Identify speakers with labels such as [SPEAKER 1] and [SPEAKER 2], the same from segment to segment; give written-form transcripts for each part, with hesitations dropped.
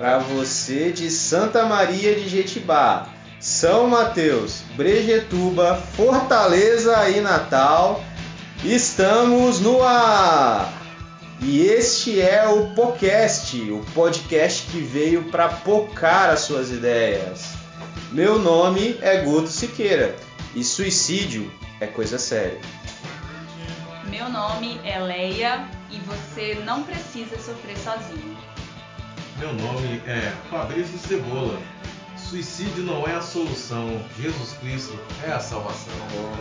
[SPEAKER 1] Para você de Santa Maria de Jetibá, São Mateus, Brejetuba, Fortaleza e Natal, estamos no ar! E este é o podcast, o podcast que veio para pocar as suas ideias. Meu nome é Guto Siqueira e suicídio é coisa séria.
[SPEAKER 2] Meu nome é Leia e você não precisa sofrer sozinho.
[SPEAKER 3] Meu nome é Fabrício Cebola. Suicídio não é a solução, Jesus Cristo é a salvação.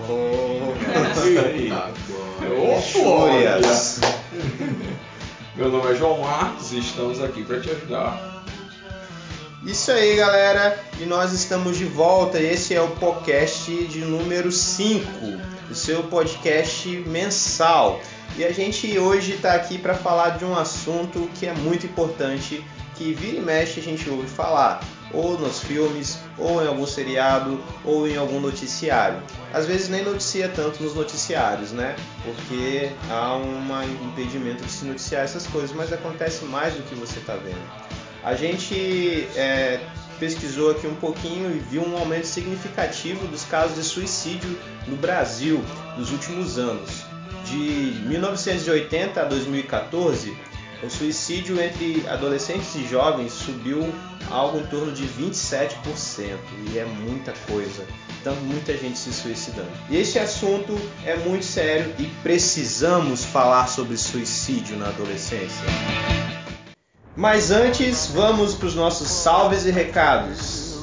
[SPEAKER 1] Fúrias.
[SPEAKER 4] Meu nome é João Marcos e estamos aqui para te ajudar.
[SPEAKER 1] Isso aí, galera, e nós estamos de volta. Esse é o podcast de número 5, o seu podcast mensal. E a gente hoje está aqui para falar de um assunto que é muito importante, que vira e mexe a gente ouve falar, ou nos filmes, ou em algum seriado, ou em algum noticiário. Às vezes nem noticia tanto nos noticiários, né? Porque há um impedimento de se noticiar essas coisas, mas acontece mais do que você está vendo. A gente pesquisou aqui um pouquinho e viu um aumento significativo dos casos de suicídio no Brasil nos últimos anos. De 1980 a 2014, o suicídio entre adolescentes e jovens subiu algo em torno de 27%, e é muita coisa. Então, muita gente se suicidando. E esse assunto é muito sério e precisamos falar sobre suicídio na adolescência. Mas antes, vamos para os nossos salves e recados.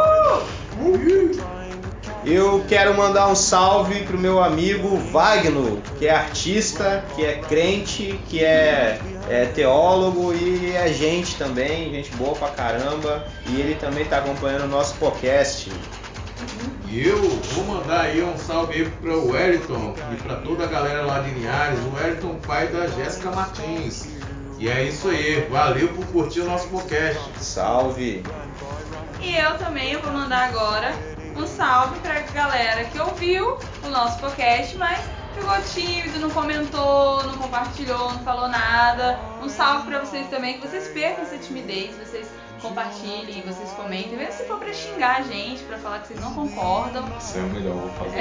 [SPEAKER 1] Eu quero mandar um salve pro meu amigo Wagner, que é artista, que é crente, que é teólogo e é gente também, gente boa pra caramba. E ele também tá acompanhando o nosso podcast.
[SPEAKER 3] E eu vou mandar aí um salve aí pro Wellington e pra toda a galera lá de Linhares. O Wellington, pai da Jéssica Martins. E é isso aí, valeu por curtir o nosso podcast.
[SPEAKER 1] Salve!
[SPEAKER 2] E eu também vou mandar agora um salve pra galera que ouviu o nosso podcast, mas ficou tímido, não comentou, não compartilhou, não falou nada. Um salve pra vocês também, que vocês percam essa timidez, vocês compartilhem, vocês comentem, mesmo se for pra xingar a gente, pra falar que vocês não concordam.
[SPEAKER 4] Isso é o melhor, vou fazer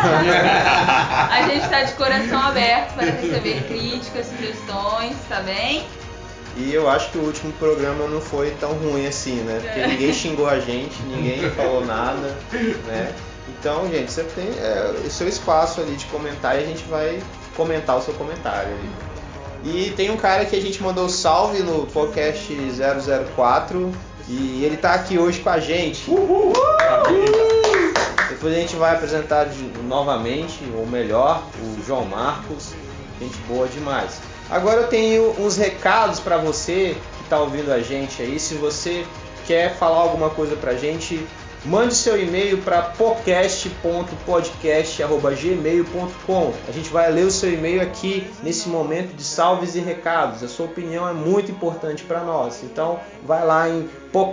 [SPEAKER 2] A gente tá de coração aberto para receber críticas, sugestões, tá bem?
[SPEAKER 1] E eu acho que o último programa não foi tão ruim assim, né? Porque ninguém xingou a gente, ninguém falou nada, né? Então, gente, você tem o seu espaço ali de comentar e a gente vai comentar o seu comentário ali. E tem um cara que a gente mandou salve no podcast 004 e ele tá aqui hoje com a gente. Uhul! Depois a gente vai apresentar novamente, ou melhor, o João Marcos, gente boa demais. Agora eu tenho uns recados para você que está ouvindo a gente aí. Se você quer falar alguma coisa para a gente, mande seu e-mail para podcast.podcast@gmail.com. A gente vai ler o seu e-mail aqui nesse momento de salves e recados. A sua opinião é muito importante para nós. Então vai lá em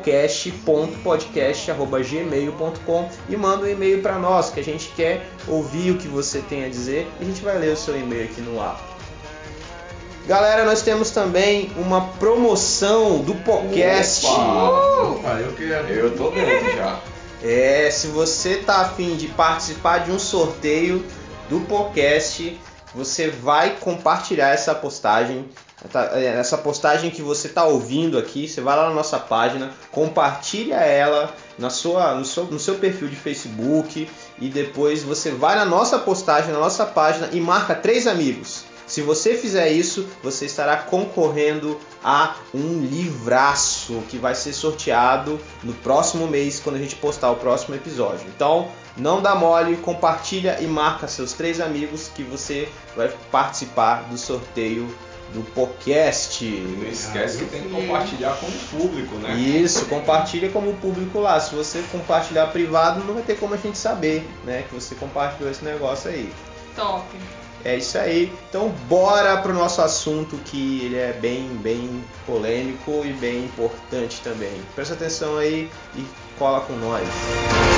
[SPEAKER 1] podcast.podcast@gmail.com e manda um e-mail para nós, que a gente quer ouvir o que você tem a dizer e a gente vai ler o seu e-mail aqui no ar. Galera, nós temos também uma promoção do podcast.
[SPEAKER 3] Opa, eu quero.
[SPEAKER 4] Eu tô dentro já.
[SPEAKER 1] Se você tá a fim de participar de um sorteio do podcast, você vai compartilhar essa postagem. Essa postagem que você está ouvindo aqui, você vai lá na nossa página, compartilha ela no seu perfil de Facebook e depois você vai na nossa postagem, na nossa página e marca 3 amigos. Se você fizer isso, você estará concorrendo a um livraço que vai ser sorteado no próximo mês, quando a gente postar o próximo episódio. Então, não dá mole, compartilha e marca seus 3 amigos que você vai participar do sorteio do podcast.
[SPEAKER 4] Não esquece que tem que compartilhar com o público, né?
[SPEAKER 1] Isso, compartilha como público lá. Se você compartilhar privado, não vai ter como a gente saber, né, que você compartilhou esse negócio aí.
[SPEAKER 2] Top.
[SPEAKER 1] É isso aí. Então bora pro nosso assunto, que ele é bem polêmico e bem importante também. Presta atenção aí e cola com nós.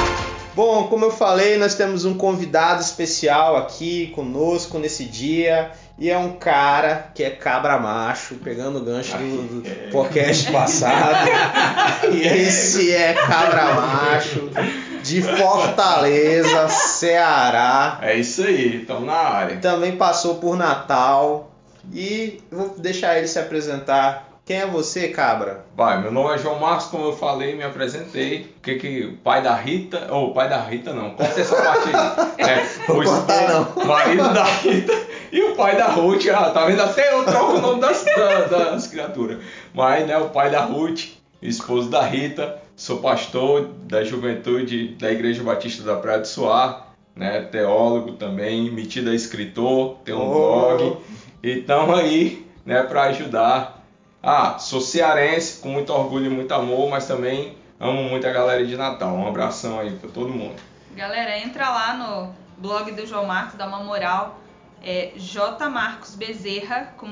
[SPEAKER 1] Bom, como eu falei, nós temos um convidado especial aqui conosco nesse dia. E é um cara que é cabra macho, pegando o gancho do podcast passado. E esse é cabra macho de Fortaleza, Ceará.
[SPEAKER 4] É isso aí, estamos na área.
[SPEAKER 1] Também passou por Natal. E vou deixar ele se apresentar. Quem é você, cabra?
[SPEAKER 4] Vai, meu nome é João Marcos, como eu falei, me apresentei. O pai da Rita, ou pai da Rita não, corta essa parte aí.
[SPEAKER 1] Vou cortar não.
[SPEAKER 4] Marido da Rita e o pai da Ruth, tá vendo? Até eu troco o nome das criaturas. Mas, né, o pai da Ruth, esposo da Rita, sou pastor da juventude da Igreja Batista da Praia do Suá, né, teólogo também, metido a escritor, tem um blog. E estamos aí, né, para ajudar. Sou cearense, com muito orgulho e muito amor, mas também amo muito a galera de Natal. Um abração aí para todo mundo.
[SPEAKER 2] Galera, entra lá no blog do João Marcos, dá uma moral. É jmarcosbezerra, com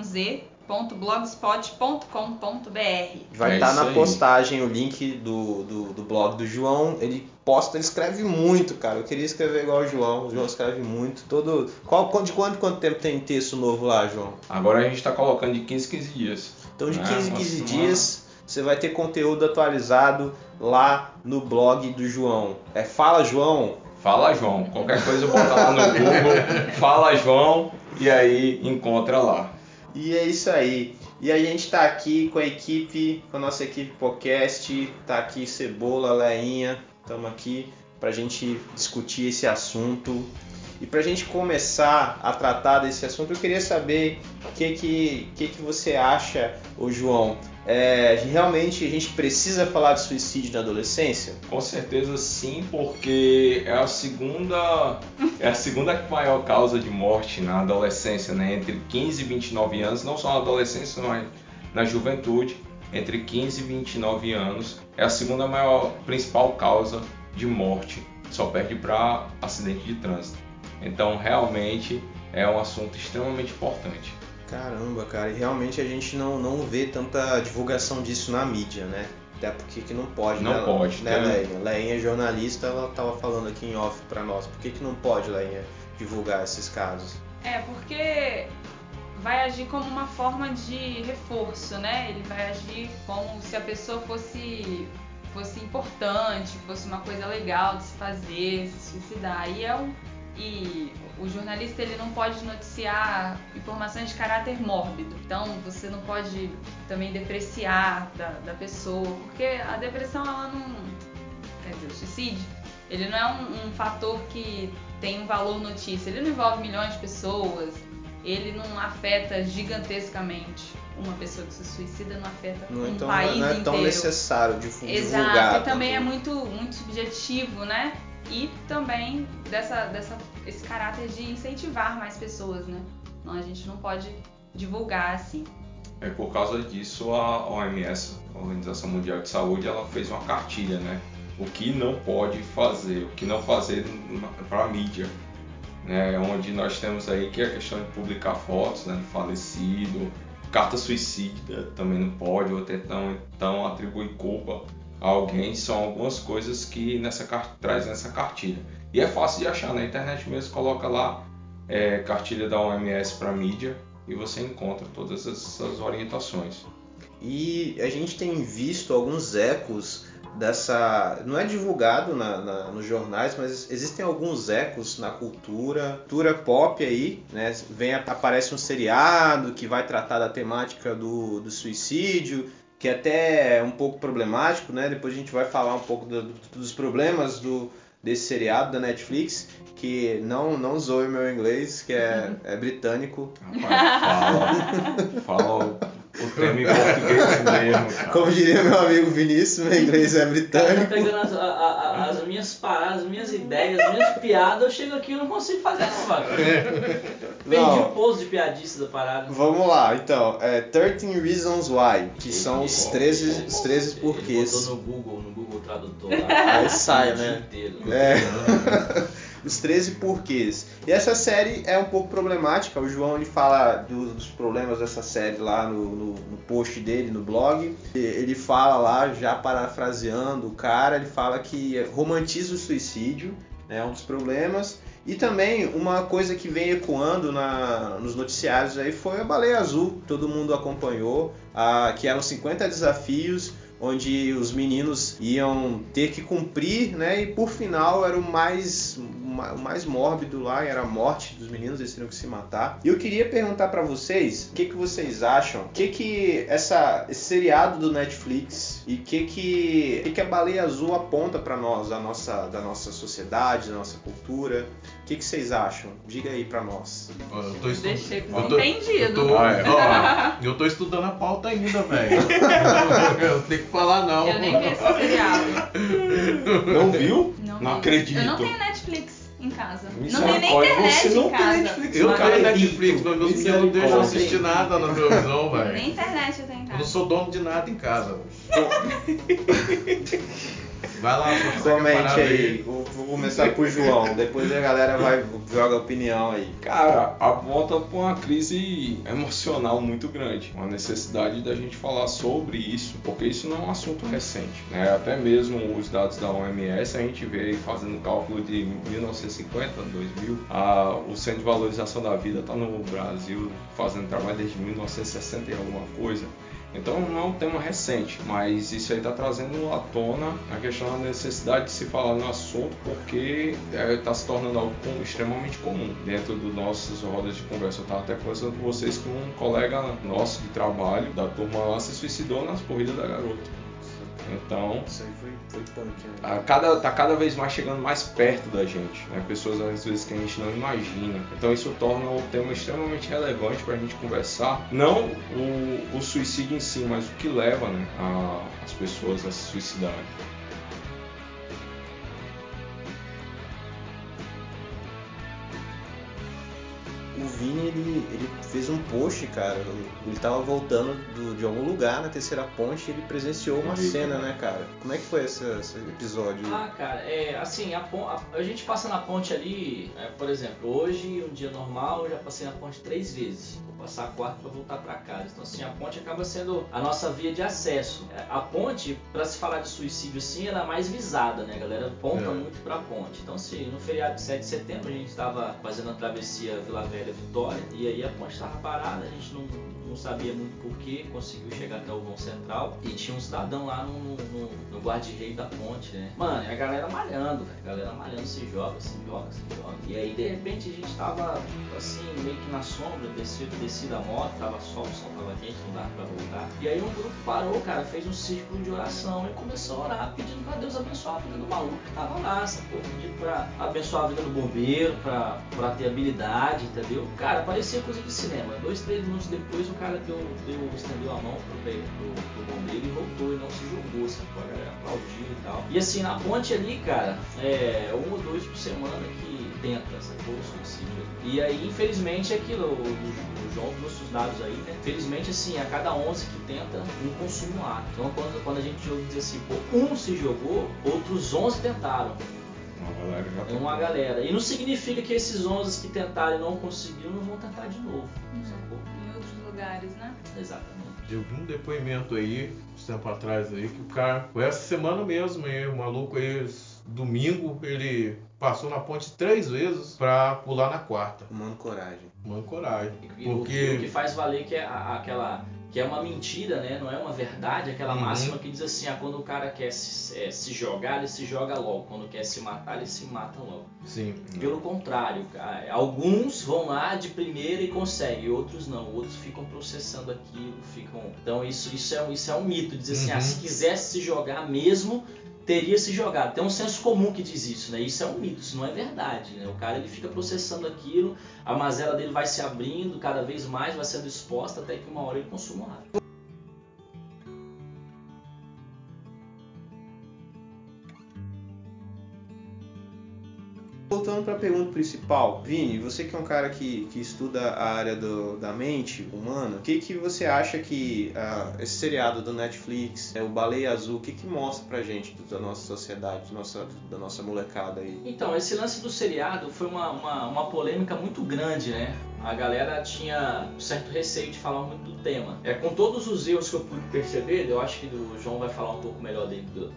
[SPEAKER 2] z.blogspot.com.br.
[SPEAKER 1] Vai estar na postagem o link do blog do João. Ele escreve muito, cara. Eu queria escrever igual o João. O João escreve muito. De quanto tempo tem texto novo lá, João?
[SPEAKER 4] Agora a gente está colocando de 15 dias.
[SPEAKER 1] Então de 15 dias você vai ter conteúdo atualizado lá no blog do João. Fala, João.
[SPEAKER 4] Fala, João. Qualquer coisa bota lá no Google. Fala, João. E aí encontra lá.
[SPEAKER 1] E é isso aí. E a gente tá aqui com a nossa equipe podcast. Tá aqui Cebola, Leinha. Estamos aqui pra gente discutir esse assunto. E pra gente começar a tratar desse assunto, eu queria saber o que você acha, ô João. Realmente a gente precisa falar de suicídio na adolescência?
[SPEAKER 4] Com certeza sim, porque é a segunda maior causa de morte na adolescência, né? Entre 15 e 29 anos, não só na adolescência, mas na juventude, entre 15 e 29 anos, é a segunda principal causa de morte, só perde para acidente de trânsito. Então realmente é um assunto extremamente importante.
[SPEAKER 1] Caramba, cara, e realmente a gente não vê tanta divulgação disso na mídia, né? Até porque que não pode,
[SPEAKER 4] não
[SPEAKER 1] né?
[SPEAKER 4] Pode,
[SPEAKER 1] né, Leinha? Leinha é jornalista, ela tava falando aqui em off pra nós. Por que não pode, Leinha, divulgar esses casos?
[SPEAKER 2] Porque vai agir como uma forma de reforço, né? Ele vai agir como se a pessoa fosse importante, fosse uma coisa legal de se fazer, se suicidar. E o jornalista ele não pode noticiar informações de caráter mórbido. Então você não pode também depreciar da pessoa, porque a depressão ela não... Quer dizer, o suicídio, ele não é um fator que tem um valor notícia. Ele não envolve milhões de pessoas, ele não afeta gigantescamente. Uma pessoa que se suicida não afeta país inteiro.
[SPEAKER 1] Não é tão necessário divulgar.
[SPEAKER 2] Exato, e também é muito, muito subjetivo, né? E também esse caráter de incentivar mais pessoas, né? Então a gente não pode divulgar assim.
[SPEAKER 4] Por causa disso a OMS, a Organização Mundial de Saúde, ela fez uma cartilha, né? O que não pode fazer, o que não fazer para a mídia, né? Onde nós temos aí que é a questão de publicar fotos, né, do falecido, carta suicida também não pode, ou até então atribuir culpa a alguém. São algumas coisas que traz nessa cartilha. E é fácil de achar, na internet mesmo, coloca lá cartilha da OMS para mídia e você encontra todas essas orientações.
[SPEAKER 1] E a gente tem visto alguns ecos dessa... Não é divulgado nos jornais, mas existem alguns ecos na cultura pop aí, né? Aparece um seriado que vai tratar da temática do suicídio, que até é um pouco problemático, né? Depois a gente vai falar um pouco dos problemas desse seriado da Netflix, que não zoe meu inglês, que é britânico.
[SPEAKER 4] Rapaz, fala o termo em português mesmo, cara.
[SPEAKER 1] Como diria meu amigo Vinícius, meu inglês é britânico.
[SPEAKER 5] Tá pegando as minhas paradas, as minhas ideias, as minhas piadas, eu chego aqui e não consigo fazer não, mano. Perdi o pouso de piadista da parada.
[SPEAKER 1] Vamos lá, então, 13 Reasons Why, que são os 13 porquês.
[SPEAKER 5] Botou no Google Tradutor lá.
[SPEAKER 1] Aí sai, né?
[SPEAKER 5] Inteiro.
[SPEAKER 1] Os 13 porquês. E essa série é um pouco problemática. O João ele fala dos problemas dessa série lá no post dele, no blog. Ele fala lá, já parafraseando o cara, ele fala que romantiza o suicídio, né, é um dos problemas. E também uma coisa que vem ecoando nos noticiários aí foi a Baleia Azul, todo mundo acompanhou, que eram 50 desafios, onde os meninos iam ter que cumprir, né? E por final era o mais mórbido lá, era a morte dos meninos, eles teriam que se matar. E eu queria perguntar pra vocês, o que vocês acham? O que esse seriado do Netflix e o que a Baleia Azul aponta pra nós, da nossa sociedade, da nossa cultura? O que vocês acham? Diga aí pra nós.
[SPEAKER 2] Deixei entendido.
[SPEAKER 3] Eu tô estudando a pauta ainda, velho. Eu tenho que falar não.
[SPEAKER 2] Eu nem vi esse seriado.
[SPEAKER 4] Não viu?
[SPEAKER 2] Não vi.
[SPEAKER 4] Acredito.
[SPEAKER 2] Eu não tenho Netflix em casa. Não
[SPEAKER 4] Misericórdia,
[SPEAKER 2] tenho nem internet
[SPEAKER 4] você não
[SPEAKER 2] em
[SPEAKER 4] tem
[SPEAKER 2] casa.
[SPEAKER 4] Netflix,
[SPEAKER 3] Eu
[SPEAKER 4] não
[SPEAKER 3] tenho
[SPEAKER 4] acredito.
[SPEAKER 3] Netflix, mas meus filhos não deixam assistir nada na televisão, velho.
[SPEAKER 2] Nem internet eu tenho em
[SPEAKER 3] Eu
[SPEAKER 2] casa.
[SPEAKER 3] não sou dono de nada em casa. Vai lá,
[SPEAKER 1] Comente aí. Vou começar por João, depois a galera joga a opinião aí.
[SPEAKER 4] Cara, aponta para uma crise emocional muito grande, uma necessidade da gente falar sobre isso, porque isso não é um assunto recente, né? Até mesmo os dados da OMS, a gente vê fazendo cálculo de 1950, 2000, o Centro de Valorização da Vida está no Brasil fazendo trabalho desde 1960 e alguma coisa. Então não é um tema recente, mas isso aí está trazendo à tona a questão da necessidade de se falar no assunto, porque está se tornando algo extremamente comum dentro das nossas rodas de conversa. Eu estava até conversando com vocês que um colega nosso de trabalho, da turma lá, se suicidou nas corridas da garota. Então,
[SPEAKER 1] isso aí foi punk, né?
[SPEAKER 4] Tá cada vez mais chegando mais perto da gente, né? Pessoas às vezes que a gente não imagina. Então isso torna o tema extremamente relevante para a gente conversar. Não o suicídio em si, mas o que leva, né, as pessoas a se suicidarem.
[SPEAKER 1] O Vini, ele fez um post, cara. Ele tava voltando de algum lugar na Terceira Ponte e ele presenciou uma cena, né, cara? Como é que foi esse episódio?
[SPEAKER 5] Cara, assim, a gente passa na ponte ali, por exemplo, hoje, um dia normal, eu já passei na ponte 3 vezes. Vou passar a 4 para voltar para casa. Então, assim, a ponte acaba sendo a nossa via de acesso. A ponte, para se falar de suicídio, assim, ela é mais visada, né? A galera aponta muito pra ponte. Então, assim, no feriado de 7 de setembro, a gente estava fazendo a travessia Vila Velha Vitória, e aí a ponte estava parada, a gente não sabia muito porquê, conseguiu chegar até o vão central e tinha um cidadão lá no guarda-reio da ponte, né? Mano, e a galera malhando, velho, a galera malhando, se joga. E aí de repente a gente tava assim, meio que na sombra, desci da moto, tava sol, o sol tava quente, não dava pra voltar. E aí um grupo parou, cara, fez um círculo de oração e começou a orar, pedindo pra Deus abençoar a vida do maluco que tava lá, sacou? Pedindo pra abençoar a vida do bombeiro, pra ter habilidade, entendeu? Cara, parecia coisa de cinema. 2, 3 minutos depois o cara estendeu a mão pro bombeiro e voltou e não se jogou, sacou? A galera aplaudiu e tal. E assim, na ponte ali, cara, 1 ou 2 por semana que tenta, sacou? O suicídio. E aí, infelizmente, aquilo, o João trouxe os dados aí, né? Infelizmente, assim, a cada 11 que tenta, um consome um ato. Então, quando a gente ouve dizer assim, pô, um se jogou, outros 11 tentaram. Uma galera. E não significa que esses 11 que tentaram e não conseguiram não vão tentar de novo. Sacou?
[SPEAKER 2] Em outros lugares, né?
[SPEAKER 5] Exatamente.
[SPEAKER 3] Eu vi um depoimento aí, uns tempo atrás aí, que o cara, foi essa semana mesmo aí, o maluco aí, domingo, ele passou na ponte 3 vezes pra pular na 4ª.
[SPEAKER 1] Tomando coragem.
[SPEAKER 3] Tomando coragem.
[SPEAKER 5] Porque o que faz valer que é aquela... que é uma mentira, né? Não é uma verdade, aquela máxima que diz assim, quando o cara quer se jogar, ele se joga logo. Quando quer se matar, ele se mata logo.
[SPEAKER 3] Sim.
[SPEAKER 5] Pelo contrário, alguns vão lá de primeira e conseguem, outros não. Outros ficam processando aquilo, Então isso é um mito, diz assim, se quisesse se jogar mesmo, teria se jogado. Tem um senso comum que diz isso, né? Isso é um mito, isso não é verdade, né? O cara ele fica processando aquilo, a mazela dele vai se abrindo cada vez mais, vai sendo exposta até que uma hora ele consuma um ato.
[SPEAKER 1] voltando para a pergunta principal, Vini, você que é um cara que estuda a área da mente humana, o que você acha que esse seriado do Netflix, o Baleia Azul, o que mostra pra gente da nossa sociedade, da nossa molecada aí?
[SPEAKER 5] Então, esse lance do seriado foi uma polêmica muito grande, né? A galera tinha um certo receio de falar muito do tema. Com todos os erros que eu pude perceber, eu acho que o João vai falar um pouco melhor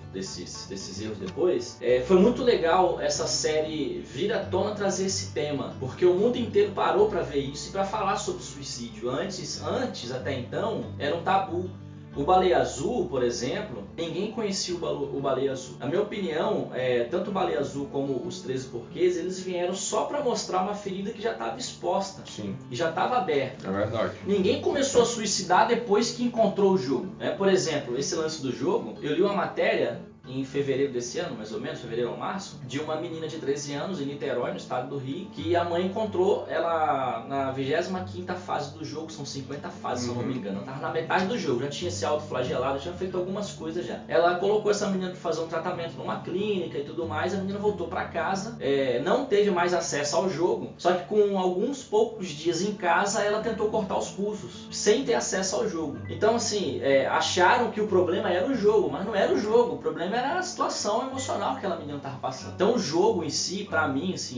[SPEAKER 5] desses erros depois. Foi muito legal essa série vir à tona trazer esse tema, porque o mundo inteiro parou para ver isso e para falar sobre suicídio. Antes, até então, era um tabu. O Baleia Azul, por exemplo, ninguém conhecia o Baleia Azul. Na minha opinião, tanto o Baleia Azul como os 13 Porquês, eles vieram só para mostrar uma ferida que já estava exposta.
[SPEAKER 4] Sim.
[SPEAKER 5] E já estava aberta.
[SPEAKER 4] É verdade.
[SPEAKER 5] Ninguém começou a suicidar depois que encontrou o jogo. Por exemplo, esse lance do jogo, eu li uma matéria em fevereiro desse ano, mais ou menos, fevereiro ou março, de uma menina de 13 anos em Niterói, no estado do Rio, que a mãe encontrou ela na 25ª fase do jogo, são 50 fases, se eu não me engano. Ela estava na metade do jogo, já tinha se autoflagelado, já tinha feito algumas coisas já. Ela colocou essa menina para fazer um tratamento numa clínica e tudo mais, a menina voltou para casa, não teve mais acesso ao jogo, só que com alguns poucos dias em casa, ela tentou cortar os pulsos, sem ter acesso ao jogo. Então, assim, acharam que o problema era o jogo, mas não era o jogo, o problema era a situação emocional que aquela menina estava passando. Então o jogo em si, pra mim, assim,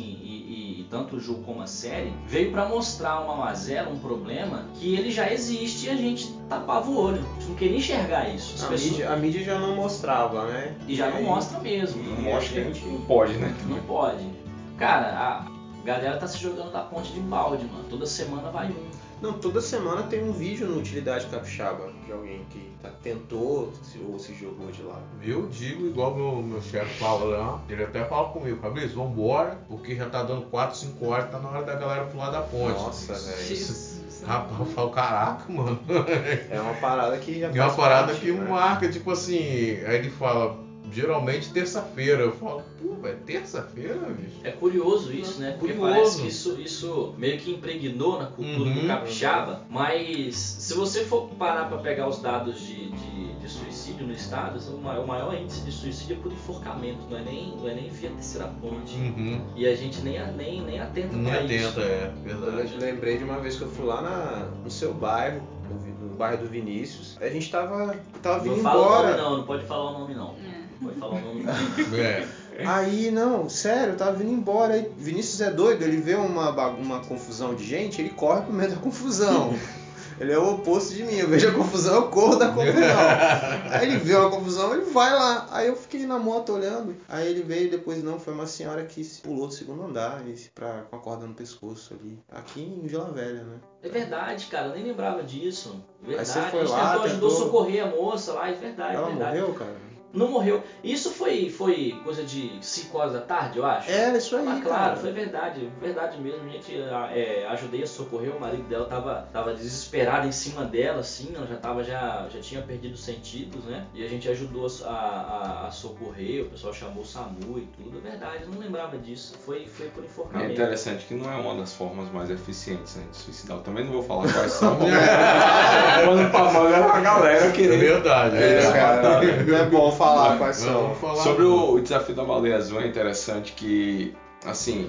[SPEAKER 5] e tanto o jogo como a série, veio para mostrar uma mazela, um problema que ele já existe e a gente tapava o olho. A gente não queria enxergar isso.
[SPEAKER 1] A mídia já não mostrava, né?
[SPEAKER 5] E já não mostra mesmo.
[SPEAKER 4] Não mostra, não pode, né?
[SPEAKER 5] Não pode. Cara, a galera tá se jogando da ponte de balde, mano. Toda semana vai um.
[SPEAKER 1] Não, toda semana tem um vídeo no Utilidade Capixaba de alguém que tentou ou se jogou de lá.
[SPEAKER 3] Eu digo igual meu chefe fala lá, ele até fala comigo, Fabrício, vambora, porque já tá dando 4, 5 horas, tá na hora da galera pular da ponte.
[SPEAKER 1] Nossa, velho.
[SPEAKER 3] Rapaz, eu falo, caraca, mano.
[SPEAKER 1] É uma parada que já
[SPEAKER 3] É uma parada
[SPEAKER 1] parte,
[SPEAKER 3] que
[SPEAKER 1] né?
[SPEAKER 3] marca, tipo assim, aí ele fala, geralmente terça-feira. Eu falo, pô, velho, terça-feira, bicho?
[SPEAKER 5] É curioso isso, né? Porque parece que isso meio que impregnou na cultura do capixaba, mas se você for parar para pegar os dados de suicídio no estado, o maior índice de suicídio é por enforcamento, não é nem via terceira ponte. E a gente nem atenta para isso.
[SPEAKER 3] Verdade.
[SPEAKER 1] Eu lembrei de uma vez que eu fui lá no seu bairro, no bairro do Vinícius. A gente tava vindo
[SPEAKER 5] embora.
[SPEAKER 1] embora.
[SPEAKER 5] Não pode falar o nome não. Não pode falar o nome não.
[SPEAKER 1] Aí, não, sério, eu tava vindo embora. Aí, Vinícius é doido, ele vê uma confusão de gente, ele corre pro meio da confusão. Ele é o oposto de mim, eu vejo a confusão, eu corro da confusão. Aí ele vê uma confusão, ele vai lá. Aí eu fiquei na moto olhando. Aí ele veio depois, não, foi uma senhora que pulou do segundo andar com a corda no pescoço ali. Aqui em Vila Velha, né?
[SPEAKER 5] É verdade, cara, eu nem lembrava disso. Verdade,
[SPEAKER 1] aí você foi
[SPEAKER 5] a gente
[SPEAKER 1] lá,
[SPEAKER 5] ajudou a socorrer a moça lá, é verdade.
[SPEAKER 1] Ela morreu, cara?
[SPEAKER 5] Não morreu. Isso foi coisa de 5 horas da tarde, eu acho?
[SPEAKER 1] Isso aí,
[SPEAKER 5] claro,
[SPEAKER 1] cara.
[SPEAKER 5] foi verdade mesmo. A gente ajudei a socorrer, o marido dela tava desesperado em cima dela, assim, ela já tinha perdido os sentidos, né? E a gente ajudou a socorrer, o pessoal chamou o SAMU e tudo. É verdade, eu não lembrava disso. Foi por enforcamento.
[SPEAKER 4] É interessante que não é uma das formas mais eficientes, né, de suicidar. Eu também não vou falar quais são. Quando pra mão é a galera querendo.
[SPEAKER 3] É verdade.
[SPEAKER 1] Cara, não é bom falar quais são.
[SPEAKER 4] Sobre o desafio da Baleia Azul, é interessante que, assim,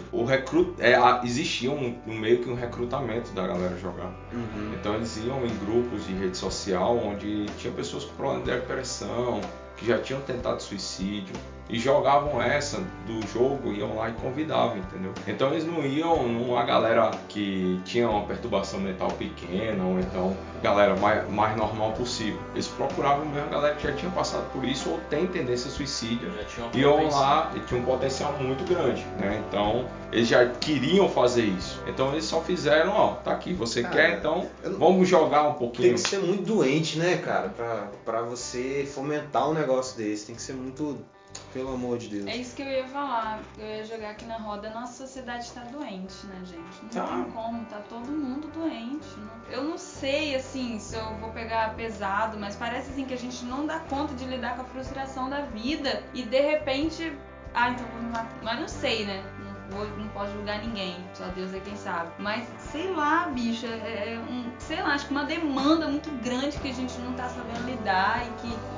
[SPEAKER 4] existia meio que um recrutamento da galera jogar. Então eles iam em grupos de rede social onde tinha pessoas com problema de depressão, que já tinham tentado suicídio e jogavam essa do jogo, iam lá e convidavam, entendeu? Então eles não iam numa galera que tinha uma perturbação mental pequena ou então galera mais normal possível. Eles procuravam mesmo a galera que já tinha passado por isso ou tem tendência a suicídio, iam lá e tinha um potencial muito grande, né? Então eles já queriam fazer isso. Então eles só fizeram, tá aqui, você quer, então vamos jogar um pouquinho.
[SPEAKER 1] Tem que ser muito doente, né, cara, pra você fomentar um negócio desse. Tem que ser muito, pelo amor de Deus.
[SPEAKER 2] É isso que eu ia falar. Eu ia jogar aqui na roda. Nossa sociedade tá doente, né, gente? Não tem como, tá todo mundo doente. Eu não sei, assim, se eu vou pegar pesado, mas parece assim que a gente não dá conta de lidar com a frustração da vida e de repente, então vou me matar. Mas não sei, né? Não posso julgar ninguém, só Deus é quem sabe. Mas, sei lá, bicho, sei lá, acho que uma demanda muito grande que a gente não tá sabendo lidar e que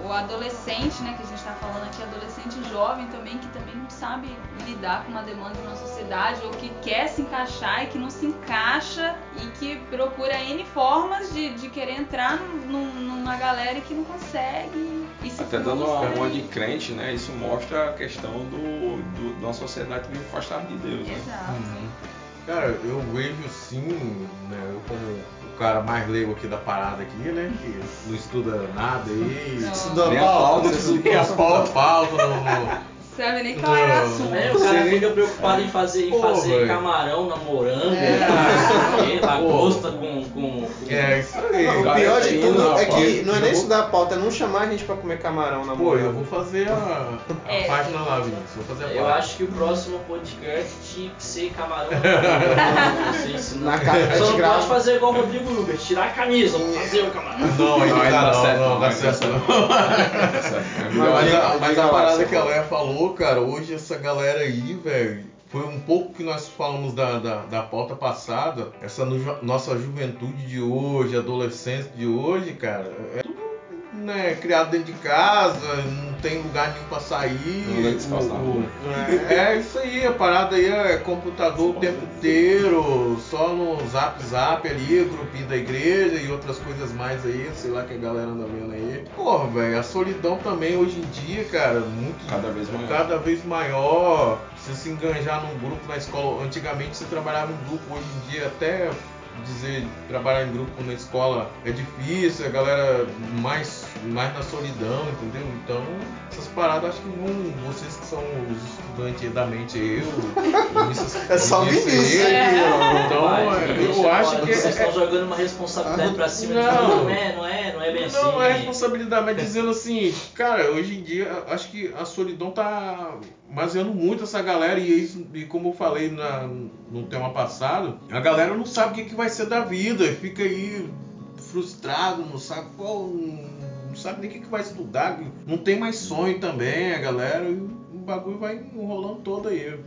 [SPEAKER 2] o adolescente, né, que a gente está falando aqui, adolescente jovem também, que também não sabe lidar com uma demanda de uma sociedade, ou que quer se encaixar e que não se encaixa e que procura N formas de querer entrar numa galera que não consegue e se
[SPEAKER 4] Até dando
[SPEAKER 2] frustra.
[SPEAKER 4] uma de crente, né? Isso mostra a questão de uma sociedade que vive afastada de Deus, né?
[SPEAKER 2] Exato.
[SPEAKER 3] Cara, eu vejo sim, né? Eu como o cara mais leigo aqui da parada aqui, né? Que não estuda nada aí.
[SPEAKER 2] Não.
[SPEAKER 1] Estudou
[SPEAKER 4] Nem
[SPEAKER 1] a pauta,
[SPEAKER 3] Não
[SPEAKER 1] estudou
[SPEAKER 3] estuda a pauta, não.
[SPEAKER 2] Sabe nem qual era o
[SPEAKER 3] Não.
[SPEAKER 2] assunto.
[SPEAKER 5] O cara fica preocupado em fazer
[SPEAKER 3] velho.
[SPEAKER 5] camarão na moranga,
[SPEAKER 3] É.
[SPEAKER 5] lagosta com...
[SPEAKER 3] É isso aí.
[SPEAKER 1] O
[SPEAKER 4] Cara,
[SPEAKER 1] pior
[SPEAKER 4] é
[SPEAKER 1] de
[SPEAKER 4] fino,
[SPEAKER 1] tudo é
[SPEAKER 4] rapaz.
[SPEAKER 1] que não é nem
[SPEAKER 3] Eu vou-
[SPEAKER 1] estudar a pauta, é não chamar a gente pra comer camarão na
[SPEAKER 3] Pô,
[SPEAKER 1] moral.
[SPEAKER 3] eu vou fazer a
[SPEAKER 2] É.
[SPEAKER 3] página lá, Vinícius. Vou fazer a
[SPEAKER 5] Eu
[SPEAKER 3] página.
[SPEAKER 5] acho que o próximo podcast tinha que ser camarão na moranga. Não sei se não.
[SPEAKER 1] Na cara, a
[SPEAKER 5] Só
[SPEAKER 1] gente
[SPEAKER 5] não
[SPEAKER 1] grava.
[SPEAKER 5] pode fazer igual o Rodrigo Hilbert, tirar a camisa pra fazer o camarão.
[SPEAKER 3] Não, aí
[SPEAKER 4] Não, aí
[SPEAKER 3] não
[SPEAKER 4] não
[SPEAKER 3] dá
[SPEAKER 4] dá certo,
[SPEAKER 3] não
[SPEAKER 4] não,
[SPEAKER 3] dá
[SPEAKER 4] aí não dá
[SPEAKER 3] certo não. Mas
[SPEAKER 1] diga
[SPEAKER 3] a
[SPEAKER 1] lá,
[SPEAKER 3] parada
[SPEAKER 1] seu
[SPEAKER 3] que a
[SPEAKER 1] Paulo.
[SPEAKER 3] Léa falou, cara, hoje essa galera aí, velho, foi um pouco que nós falamos da pauta passada, essa nossa juventude de hoje, adolescente de hoje, cara, é tudo, né, criado dentro de casa, não tem lugar nenhum pra sair.
[SPEAKER 4] Não anda descalço na rua.
[SPEAKER 3] É isso aí, a parada aí é computador o tempo inteiro, só no zap ali, grupinho da igreja e outras coisas mais aí, sei lá que a galera anda vendo aí. Porra, velho, a solidão também hoje em dia, cara, muito cada vez maior. Se enganjar num grupo na escola, antigamente você trabalhava em grupo, hoje em dia até dizer trabalhar em grupo na escola é difícil, a galera mais na solidão, entendeu? Então, essas paradas acho que vocês que são os estudantes da mente,
[SPEAKER 1] É só o Vinícius
[SPEAKER 3] aí.
[SPEAKER 1] aqui, ó.
[SPEAKER 3] Então,
[SPEAKER 5] Rapaz,
[SPEAKER 3] eu acho que
[SPEAKER 5] vocês estão jogando uma responsabilidade pra cima de não é bem assim.
[SPEAKER 3] não é responsabilidade, mas dizendo assim, cara, hoje em dia acho que a solidão tá baseando muito essa galera e como eu falei no tema passado, a galera não sabe o que vai ser da vida, fica aí frustrado, não sabe não sabe nem o que vai estudar, não tem mais sonho também a galera, e o bagulho vai enrolando todo aí.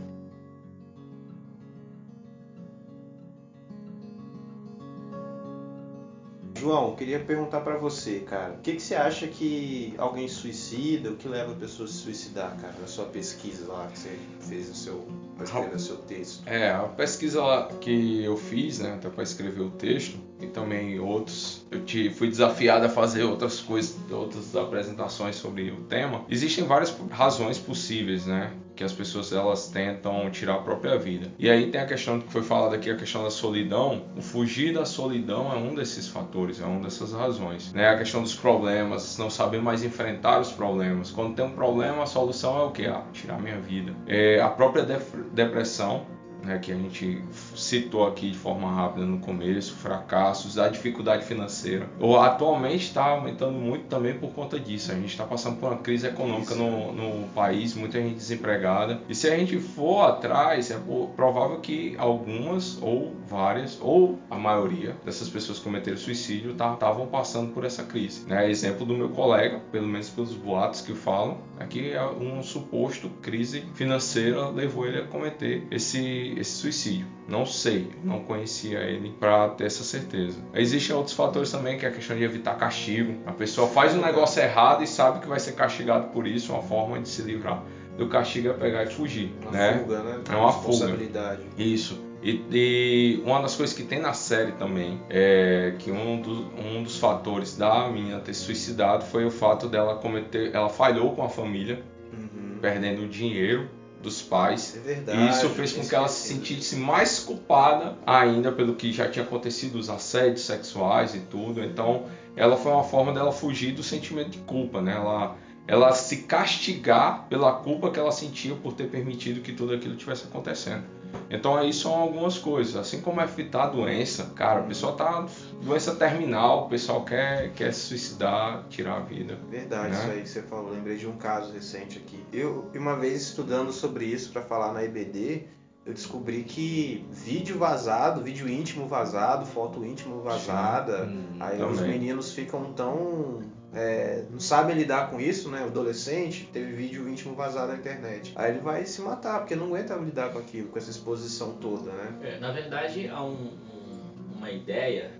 [SPEAKER 1] João, queria perguntar pra você, cara, o que você acha que alguém suicida, o que leva a pessoa a se suicidar, cara, na sua pesquisa lá que você fez pra escrever o seu texto?
[SPEAKER 4] A pesquisa lá que eu fiz, né, até para escrever o texto, e também outros, fui desafiado a fazer outras coisas, outras apresentações sobre o tema. Existem várias razões possíveis, né, que as pessoas elas tentam tirar a própria vida. E aí tem a questão que foi falada aqui, a questão da solidão. O fugir da solidão é um desses fatores, é uma dessas razões, né? A questão dos problemas, não saber mais enfrentar os problemas. Quando tem um problema, a solução é o quê? Tirar minha vida. A própria depressão, né, que a gente citou aqui de forma rápida no começo, fracassos, a dificuldade financeira. Atualmente está aumentando muito também por conta disso. A gente está passando por uma crise econômica no país, muita gente desempregada. E se a gente for atrás, é provável que algumas ou várias, ou a maioria dessas pessoas que cometeram suicídio estavam passando por essa crise. Né? Exemplo do meu colega, pelo menos pelos boatos que falam, aqui é um suposto crise financeira levou ele a cometer esse suicídio. Não sei, não conhecia ele para ter essa certeza. Existem outros fatores também, que é a questão de evitar castigo. A pessoa faz um negócio errado e sabe que vai ser castigado por isso, uma forma de se livrar do castigo é pegar e fugir.
[SPEAKER 1] Uma
[SPEAKER 4] né?
[SPEAKER 1] fuga, né?
[SPEAKER 4] É uma
[SPEAKER 1] responsabilidade.
[SPEAKER 4] Fuga. Isso. E uma das coisas que tem na série também é que um dos fatores da menina ter se suicidado foi o fato dela ela falhou com a família, perdendo o dinheiro dos pais.
[SPEAKER 1] É verdade.
[SPEAKER 4] E isso fez com que ela se sentisse mais culpada ainda pelo que já tinha acontecido, os assédios sexuais e tudo. Então, ela foi uma forma dela fugir do sentimento de culpa, né? Ela se castigar pela culpa que ela sentia por ter permitido que tudo aquilo estivesse acontecendo. Então aí são algumas coisas, assim como evitar a doença, cara, o pessoal tá doença terminal, o pessoal quer se suicidar, tirar a vida.
[SPEAKER 1] Verdade, né? Isso aí que você falou, lembrei de um caso recente aqui. Eu, uma vez estudando sobre isso para falar na EBD, eu descobri que vídeo vazado, vídeo íntimo vazado, foto íntimo vazada, aí também. Os meninos ficam tão... não sabem lidar com isso, né? O adolescente teve vídeo íntimo vazado na internet. Aí ele vai se matar, porque não aguenta lidar com aquilo, com essa exposição toda, né?
[SPEAKER 5] Na verdade, há uma ideia do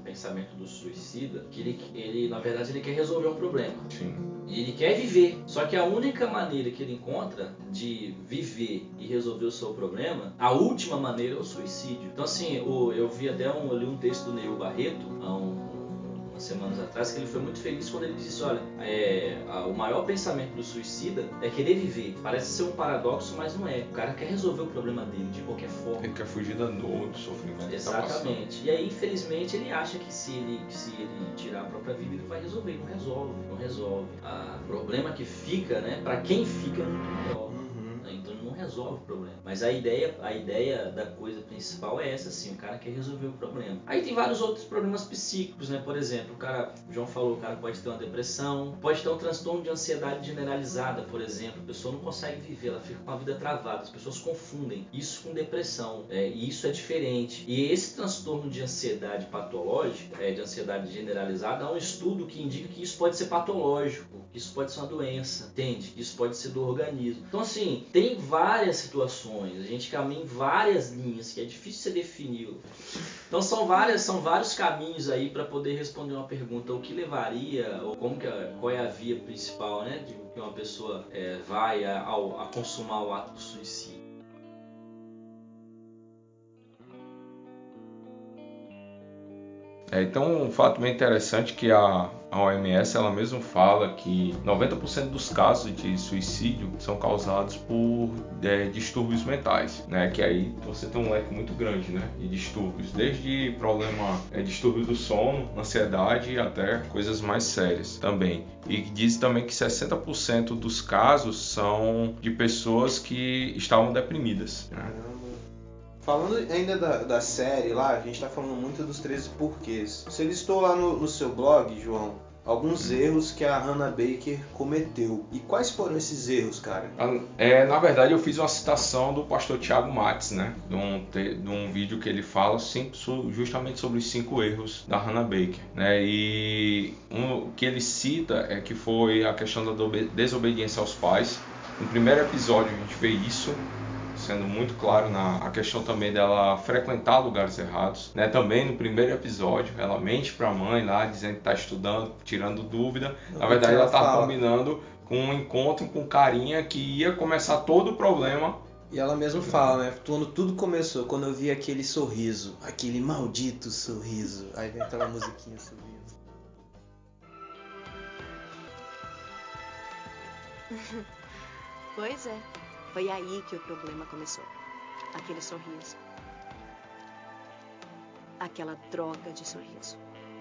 [SPEAKER 5] pensamento do suicida, que ele na verdade ele quer resolver um problema.
[SPEAKER 4] Sim.
[SPEAKER 5] Ele quer viver, só que a única maneira que ele encontra de viver e resolver o seu problema, a última maneira é o suicídio. Então assim, eu vi até eu li um texto do Neil Barreto há umas semanas atrás, que ele foi muito feliz quando ele disse, olha, o maior pensamento do suicida é querer viver. Parece ser um paradoxo, mas não é. O cara quer resolver o problema dele de qualquer forma.
[SPEAKER 4] Ele quer fugir da dor, do sofrimento.
[SPEAKER 5] Exatamente. E aí, infelizmente, ele acha que se ele tirar a própria vida, ele vai resolver. Não resolve. O problema que fica, né, pra quem fica, é muito maior. Então não resolve o problema. Mas a ideia da coisa principal é essa, assim, o cara quer resolver o problema. Aí tem vários outros problemas psíquicos, né? Por exemplo, o João falou, o cara pode ter uma depressão, pode ter um transtorno de ansiedade generalizada, por exemplo. A pessoa não consegue viver, ela fica com a vida travada. As pessoas confundem isso com depressão. E isso é diferente. E esse transtorno de ansiedade patológica, de ansiedade generalizada, há um estudo que indica que isso pode ser patológico, que isso pode ser uma doença, entende? Que isso pode ser do organismo. Então, assim, tem várias situações, a gente caminha em várias linhas que é difícil você definir. Então são vários caminhos aí para poder responder uma pergunta, o que levaria, ou qual é a via principal, né, de que uma pessoa vai a consumar o ato do suicídio.
[SPEAKER 4] Então, um fato bem interessante que a OMS ela mesmo fala que 90% dos casos de suicídio são causados por distúrbios mentais, né? Que aí você tem um leque muito grande, né, de distúrbios, desde distúrbio do sono, ansiedade, até coisas mais sérias também. E diz também que 60% dos casos são de pessoas que estavam deprimidas, né?
[SPEAKER 1] Falando ainda da série lá, a gente tá falando muito dos 13 porquês. Você listou lá no seu blog, João, alguns erros que a Hannah Baker cometeu. E quais foram esses erros, cara?
[SPEAKER 4] Na verdade, eu fiz uma citação do pastor Thiago Mates, né? De um vídeo que ele fala justamente sobre os 5 erros da Hannah Baker, né? E o que ele cita é que foi a questão da desobediência aos pais. No primeiro episódio a gente vê isso sendo muito claro, a questão também dela frequentar lugares errados, né? Também no primeiro episódio ela mente para a mãe lá, dizendo que está estudando, tirando dúvida. Na verdade ela estava combinando com um encontro com um carinha que ia começar todo o problema.
[SPEAKER 1] E ela mesma fala, né? Quando tudo começou, quando eu vi aquele sorriso, aquele maldito sorriso. Aí vem aquela musiquinha sorriso.
[SPEAKER 6] Pois é. Foi aí que o problema começou. Aquele sorriso. Aquela droga de sorriso.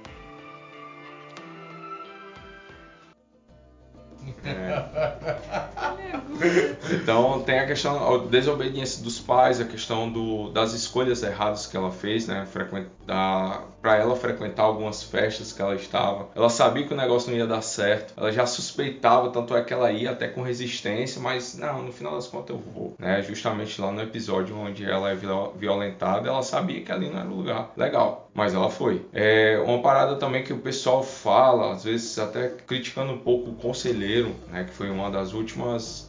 [SPEAKER 4] Então tem a questão da desobediência dos pais, a questão das escolhas erradas que ela fez, né? Para ela frequentar algumas festas que ela estava. Ela sabia que o negócio não ia dar certo, ela já suspeitava, tanto é que ela ia até com resistência, mas não, no final das contas eu vou, né? Justamente lá no episódio onde ela é violentada, ela sabia que ali não era o lugar legal, mas ela foi. Uma parada também que o pessoal fala, às vezes até criticando um pouco o conselheiro, né? Que foi uma das últimas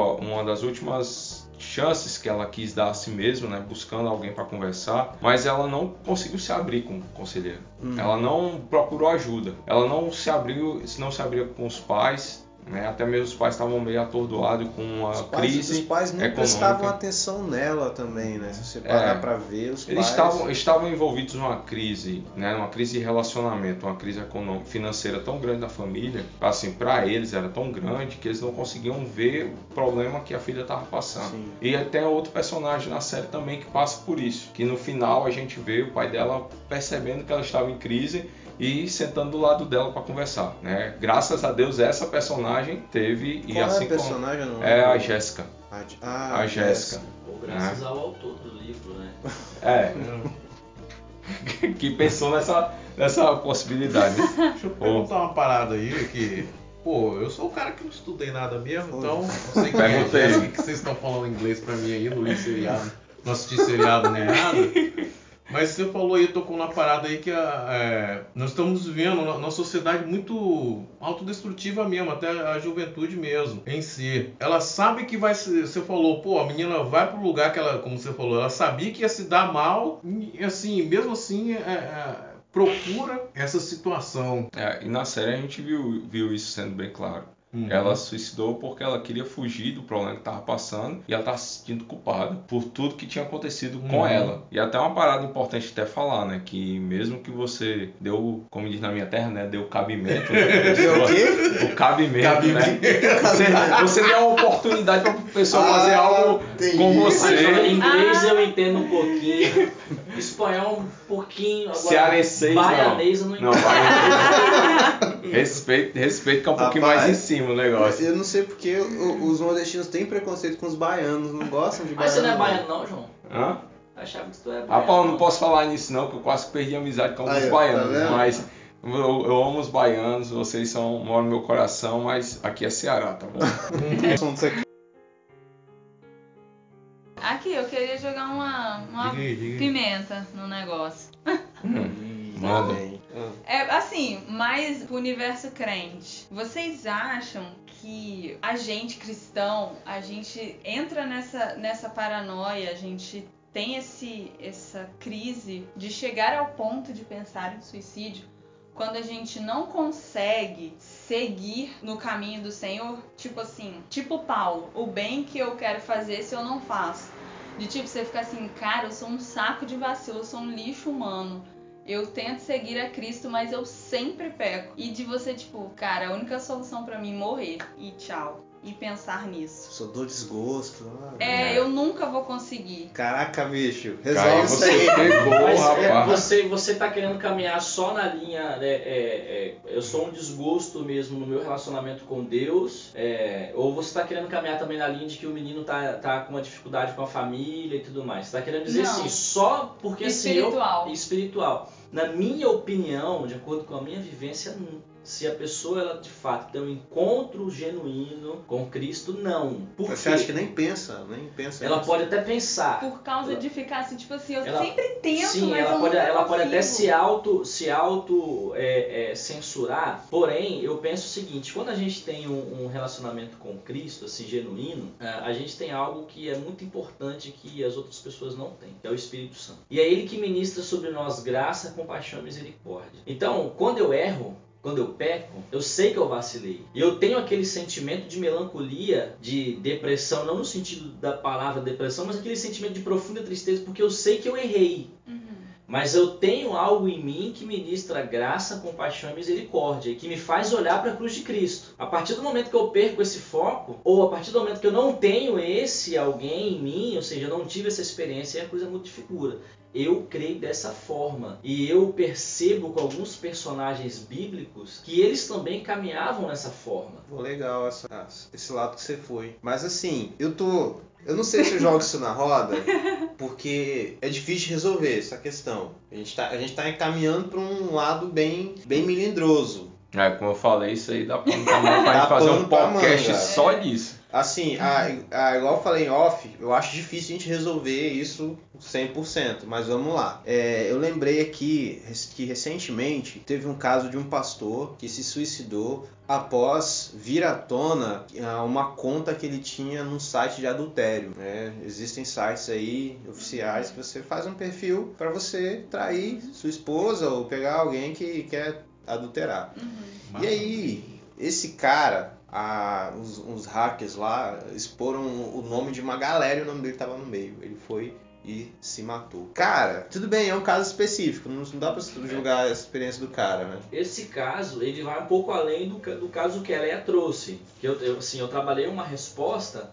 [SPEAKER 4] chances que ela quis dar a si mesma, né, buscando alguém para conversar, mas ela não conseguiu se abrir com o conselheiro. Ela não procurou ajuda. Ela não se abriu com os pais, né? Até mesmo os pais estavam meio atordoados com uma crise.
[SPEAKER 1] Os pais nem prestavam atenção nela também, né? Se você parar para ver, os
[SPEAKER 4] eles
[SPEAKER 1] pais...
[SPEAKER 4] estavam envolvidos numa crise, né? Uma crise de relacionamento, uma crise financeira tão grande na família, assim, para eles era tão grande que eles não conseguiam ver o problema que a filha estava passando. Sim. E tem outro personagem na série também que passa por isso, que no final a gente vê o pai dela percebendo que ela estava em crise e sentando do lado dela para conversar, né? Graças a Deus essa personagem teve.
[SPEAKER 1] Qual é a personagem? Não
[SPEAKER 4] é a Jéssica.
[SPEAKER 1] A
[SPEAKER 4] Jéssica.
[SPEAKER 5] Ou graças ao autor do livro, né?
[SPEAKER 4] Que pensou nessa possibilidade.
[SPEAKER 3] Deixa eu perguntar uma parada aí que... Pô, eu sou o cara que não estudei nada mesmo, então não sei quem é Jéssica, que vocês estão falando inglês pra mim aí, não li seriado, não assisti seriado nem nada. Mas você falou aí, tocou na parada aí que nós estamos vivendo uma sociedade muito autodestrutiva mesmo, até a juventude mesmo, em si. Ela sabe que vai ser, você falou, pô, a menina vai pro lugar que ela, como você falou, ela sabia que ia se dar mal, e assim, mesmo assim, procura essa situação.
[SPEAKER 4] E na série a gente viu isso sendo bem claro. Ela se suicidou porque ela queria fugir do problema que estava passando e ela estava se sentindo culpada por tudo que tinha acontecido com ela. E até uma parada importante até falar, né? Que mesmo que você deu, como diz na minha terra, né? Deu cabimento.
[SPEAKER 1] Deu o quê?
[SPEAKER 4] O cabimento, né? Você deu a oportunidade para a pessoa fazer algo com você.
[SPEAKER 5] Em inglês eu entendo um pouquinho, espanhol um pouquinho, agora
[SPEAKER 4] cearense
[SPEAKER 5] baianês eu não entendo.
[SPEAKER 4] Respeito que é um pouquinho mais em cima o negócio.
[SPEAKER 1] Eu não sei porque os nordestinos têm preconceito com os baianos, não gostam de
[SPEAKER 5] Mas
[SPEAKER 1] baianos.
[SPEAKER 5] você não é baiano não, João?
[SPEAKER 4] Hã?
[SPEAKER 5] Achava que tu era baiano.
[SPEAKER 4] Rapaz, eu não posso falar nisso não, que eu quase perdi a amizade com alguns baianos,
[SPEAKER 1] tá
[SPEAKER 4] mas eu amo os baianos, vocês moram no meu coração, mas aqui é Ceará, tá bom?
[SPEAKER 2] Aqui, eu queria jogar uma
[SPEAKER 3] Diga aí.
[SPEAKER 2] pimenta no negócio.
[SPEAKER 4] Manda.
[SPEAKER 2] É assim, mais pro universo crente. Vocês acham que a gente cristão, a gente entra nessa paranoia, a gente tem essa crise de chegar ao ponto de pensar em suicídio quando a gente não consegue seguir no caminho do Senhor? Tipo assim, tipo Paulo, o bem que eu quero fazer se eu não faço. De tipo, você fica assim, cara, eu sou um saco de vacilo, eu sou um lixo humano. Eu tento seguir a Cristo, mas eu sempre peco. E de você, tipo, cara, a única solução pra mim é morrer. E tchau. E pensar nisso.
[SPEAKER 1] Só dou desgosto.
[SPEAKER 2] Eu nunca vou conseguir.
[SPEAKER 1] Caraca, bicho.
[SPEAKER 4] Cara,
[SPEAKER 1] Resolve isso
[SPEAKER 4] você
[SPEAKER 1] aí.
[SPEAKER 4] pegou,
[SPEAKER 5] Mas
[SPEAKER 4] rapaz.
[SPEAKER 5] você tá querendo caminhar só na linha, eu sou um desgosto mesmo no meu relacionamento com Deus, ou você tá querendo caminhar também na linha de que o menino tá com uma dificuldade com a família e tudo mais? Você tá querendo dizer
[SPEAKER 2] Não.
[SPEAKER 5] assim, só porque
[SPEAKER 2] Espiritual.
[SPEAKER 5] espiritual. Na minha opinião, de acordo com a minha vivência, se a pessoa ela de fato tem um encontro genuíno com Cristo, não. Por
[SPEAKER 1] Você
[SPEAKER 5] quê?
[SPEAKER 1] acha que nem pensa
[SPEAKER 5] Ela
[SPEAKER 1] nisso?
[SPEAKER 5] pode até pensar.
[SPEAKER 2] Por causa de ficar assim, tipo assim, eu
[SPEAKER 5] Ela-
[SPEAKER 2] sempre tento,
[SPEAKER 5] Sim,
[SPEAKER 2] mas
[SPEAKER 5] ela
[SPEAKER 2] eu
[SPEAKER 5] pode,
[SPEAKER 2] nunca
[SPEAKER 5] ela pode até
[SPEAKER 2] consigo.
[SPEAKER 5] se auto censurar. Porém, eu penso o seguinte: quando a gente tem um relacionamento com Cristo, assim, genuíno, a gente tem algo que é muito importante que as outras pessoas não têm, que é o Espírito Santo. E é Ele que ministra sobre nós graça, compaixão e misericórdia. Então, quando eu erro, quando eu peco, eu sei que eu vacilei. E eu tenho aquele sentimento de melancolia, de depressão, não no sentido da palavra depressão, mas aquele sentimento de profunda tristeza, porque eu sei que eu errei. Mas eu tenho algo em mim que ministra graça, compaixão e misericórdia, e que me faz olhar para a cruz de Cristo. A partir do momento que eu perco esse foco, ou a partir do momento que eu não tenho esse alguém em mim, ou seja, eu não tive essa experiência, aí a coisa muito figura. Eu creio dessa forma. E eu percebo com alguns personagens bíblicos que eles também caminhavam nessa forma.
[SPEAKER 1] Pô, legal esse lado que você foi. Mas assim, eu não sei se eu jogo isso na roda, porque é difícil de resolver essa questão. A gente tá encaminhando para um lado bem melindroso.
[SPEAKER 4] Como eu falei, isso aí dá pano pra manga pra gente fazer um podcast só disso.
[SPEAKER 1] Assim, igual eu falei em off, eu acho difícil a gente resolver isso 100%, mas vamos lá. Eu lembrei aqui que recentemente teve um caso de um pastor que se suicidou após vir à tona uma conta que ele tinha num site de adultério, né? Existem sites aí oficiais que você faz um perfil para você trair sua esposa ou pegar alguém que quer adulterar. E aí, esse cara, uns hackers lá exporam o nome de uma galera e o nome dele estava no meio. Ele foi e se matou. Cara, tudo bem, é um caso específico, não dá pra julgar a experiência do cara, né?
[SPEAKER 5] Esse caso, ele vai um pouco além do caso que a Leia trouxe. Que eu trabalhei uma resposta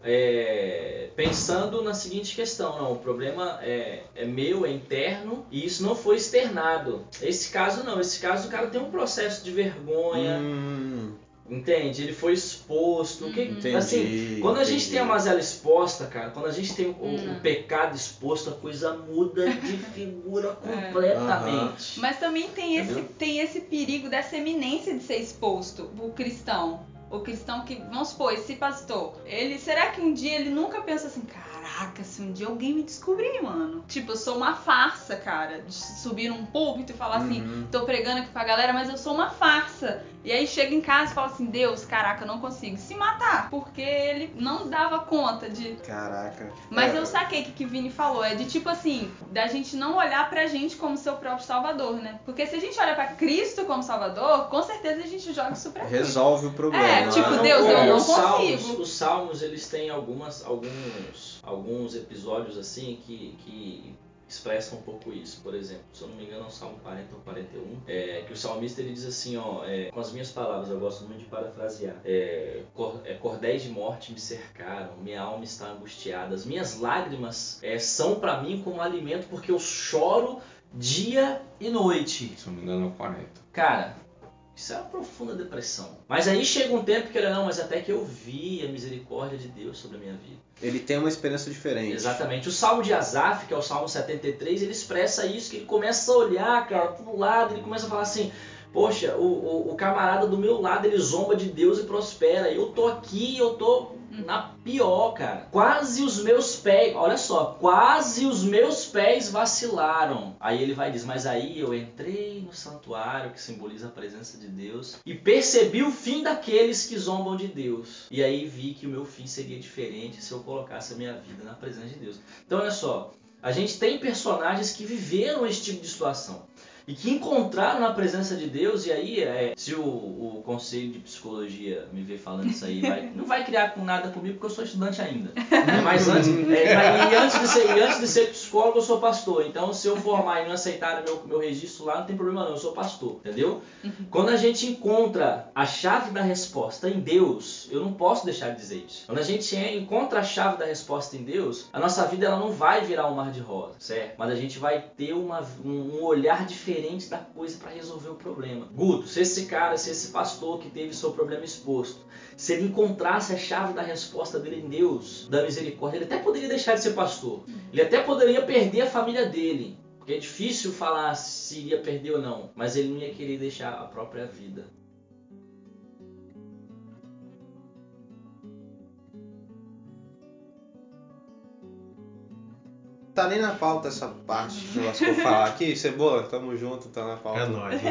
[SPEAKER 5] pensando na seguinte questão: não, o problema é meu, é interno, e isso não foi externado. Esse caso não, esse caso o cara tem um processo de vergonha. Entende? Ele foi exposto.
[SPEAKER 1] Entendi,
[SPEAKER 5] assim, quando a gente tem a mazela exposta, cara, quando a gente tem o pecado exposto, a coisa muda de figura completamente.
[SPEAKER 2] Mas também tem esse perigo dessa eminência de ser exposto, o cristão. O cristão que, vamos supor, esse pastor, será que um dia ele nunca pensa assim, caraca, caraca, se um dia alguém me descobrir, mano. Tipo, eu sou uma farsa, cara. De subir num púlpito e falar assim, tô pregando aqui pra galera, mas eu sou uma farsa. E aí chega em casa e fala assim, Deus, caraca, eu não consigo se matar. Porque ele não dava conta de...
[SPEAKER 1] Caraca.
[SPEAKER 2] Mas eu saquei que Vini falou, é de tipo assim, da gente não olhar pra gente como seu próprio salvador, né? Porque se a gente olha pra Cristo como salvador, com certeza a gente joga isso pra Cristo.
[SPEAKER 1] Resolve o problema.
[SPEAKER 2] É, tipo, Deus, eu não consigo.
[SPEAKER 5] Os salmos, eles têm alguns episódios assim que expressam um pouco isso. Por exemplo, se eu não me engano, é o Salmo 40 ou 41, que o salmista ele diz assim, com as minhas palavras, eu gosto muito de parafrasear, cordéis de morte me cercaram, minha alma está angustiada, as minhas lágrimas são para mim como alimento, porque eu choro dia e noite.
[SPEAKER 4] Se eu não me engano, é o 40.
[SPEAKER 5] Cara, isso é uma profunda depressão. Mas aí chega um tempo que ele não, mas até que eu vi a misericórdia de Deus sobre a minha vida.
[SPEAKER 1] Ele tem uma experiência diferente.
[SPEAKER 5] Exatamente. O Salmo de Asaf, que é o Salmo 73, ele expressa isso, que ele começa a olhar, cara, pro lado, ele começa a falar assim, poxa, o camarada do meu lado, ele zomba de Deus e prospera. Eu tô aqui, eu tô na pior, cara. Quase os meus pés, olha só, quase os meus pés vacilaram. Aí ele vai dizer, mas aí eu entrei no santuário, que simboliza a presença de Deus, e percebi o fim daqueles que zombam de Deus. E aí vi que o meu fim seria diferente se eu colocasse a minha vida na presença de Deus. Então olha só, a gente tem personagens que viveram esse tipo de situação e que encontraram na presença de Deus. E aí, se o conselho de psicologia me ver falando isso aí, não vai criar com nada comigo, porque eu sou estudante ainda. Mas antes de ser psicólogo, eu sou pastor. Então, se eu formar e não aceitar meu registro lá, não tem problema não, eu sou pastor, entendeu? Quando a gente encontra a chave da resposta em Deus, eu não posso deixar de dizer isso. Quando a gente encontra a chave da resposta em Deus, a nossa vida ela não vai virar um mar de rosa, certo? Mas a gente vai ter um olhar diferente da coisa para resolver o problema. Guto, se esse pastor que teve seu problema exposto, se ele encontrasse a chave da resposta dele em Deus, da misericórdia, ele até poderia deixar de ser pastor. Ele até poderia perder a família dele. Porque é difícil falar se iria perder ou não, mas ele não ia querer deixar a própria vida.
[SPEAKER 1] Tá nem na pauta essa parte que eu vou falar aqui. Cebola, tamo junto, tá na pauta.
[SPEAKER 3] É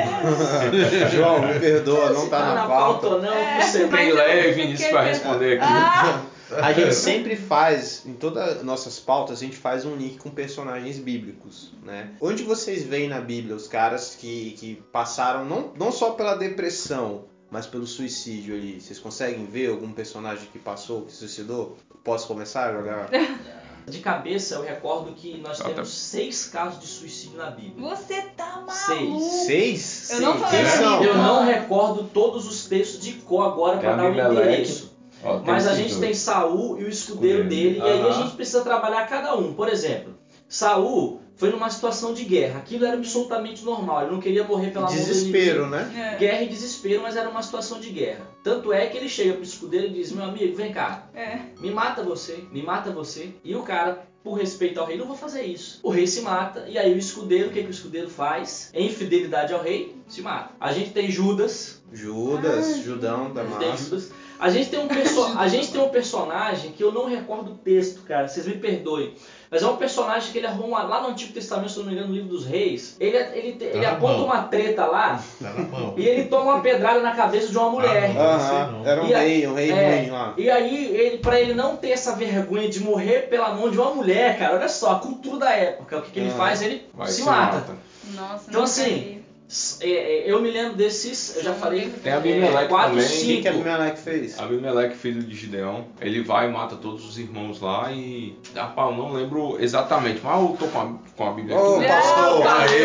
[SPEAKER 3] nóis.
[SPEAKER 1] João, me perdoa, não tá na pauta.
[SPEAKER 5] Ou não, você
[SPEAKER 4] Bem leve, Vinícius, pra responder aqui.
[SPEAKER 1] A gente sempre faz, em todas as nossas pautas, a gente faz um link com personagens bíblicos, né? Onde vocês veem na Bíblia os caras que passaram não só pela depressão, mas pelo suicídio ali? Vocês conseguem ver algum personagem que passou, que suicidou? Posso começar a jogar?
[SPEAKER 5] De cabeça, eu recordo que nós temos 6 casos de suicídio na Bíblia.
[SPEAKER 2] Você tá maluco?
[SPEAKER 1] 6?
[SPEAKER 2] Eu não falei
[SPEAKER 1] Quem são?
[SPEAKER 5] Eu não recordo todos os textos de cor agora para dar um endereço. Mas a gente tem Saul e o escudeiro dele, e aí a gente precisa trabalhar cada um. Por exemplo, Saul foi numa situação de guerra. Aquilo era absolutamente normal. Ele não queria morrer pela mão do inimigo.
[SPEAKER 1] Desespero, né?
[SPEAKER 5] Guerra e desespero, mas era uma situação de guerra. Tanto é que ele chega pro escudeiro e diz, meu amigo, vem cá, me mata você. E o cara, por respeito ao rei, não vou fazer isso. O rei se mata, e aí o escudeiro, o que o escudeiro faz? Em fidelidade ao rei, se mata. A gente tem Judas,
[SPEAKER 1] Judão da massa.
[SPEAKER 5] A gente tem um personagem que eu não recordo o texto, cara, vocês me perdoem. Mas é um personagem que ele arruma lá no Antigo Testamento, se não me engano, no livro dos Reis. Ele aponta uma treta lá e ele toma uma pedrada na cabeça de uma mulher.
[SPEAKER 1] Era um rei ruim lá.
[SPEAKER 5] E aí, pra ele não ter essa vergonha de morrer pela mão de uma mulher, cara, olha só, a cultura da época, o que ele faz? Ele se mata.
[SPEAKER 2] Nossa,
[SPEAKER 5] então assim, eu me lembro desses, eu já falei,
[SPEAKER 4] tem Abimeleque
[SPEAKER 5] 4,
[SPEAKER 4] também.
[SPEAKER 5] 5.
[SPEAKER 1] O que Abimeleque fez?
[SPEAKER 4] Abimeleque, filho de Gideão, ele vai e mata todos os irmãos lá e... Rapaz, eu não lembro exatamente, mas eu tô com a Bíblia aqui.
[SPEAKER 1] Ô, pastor!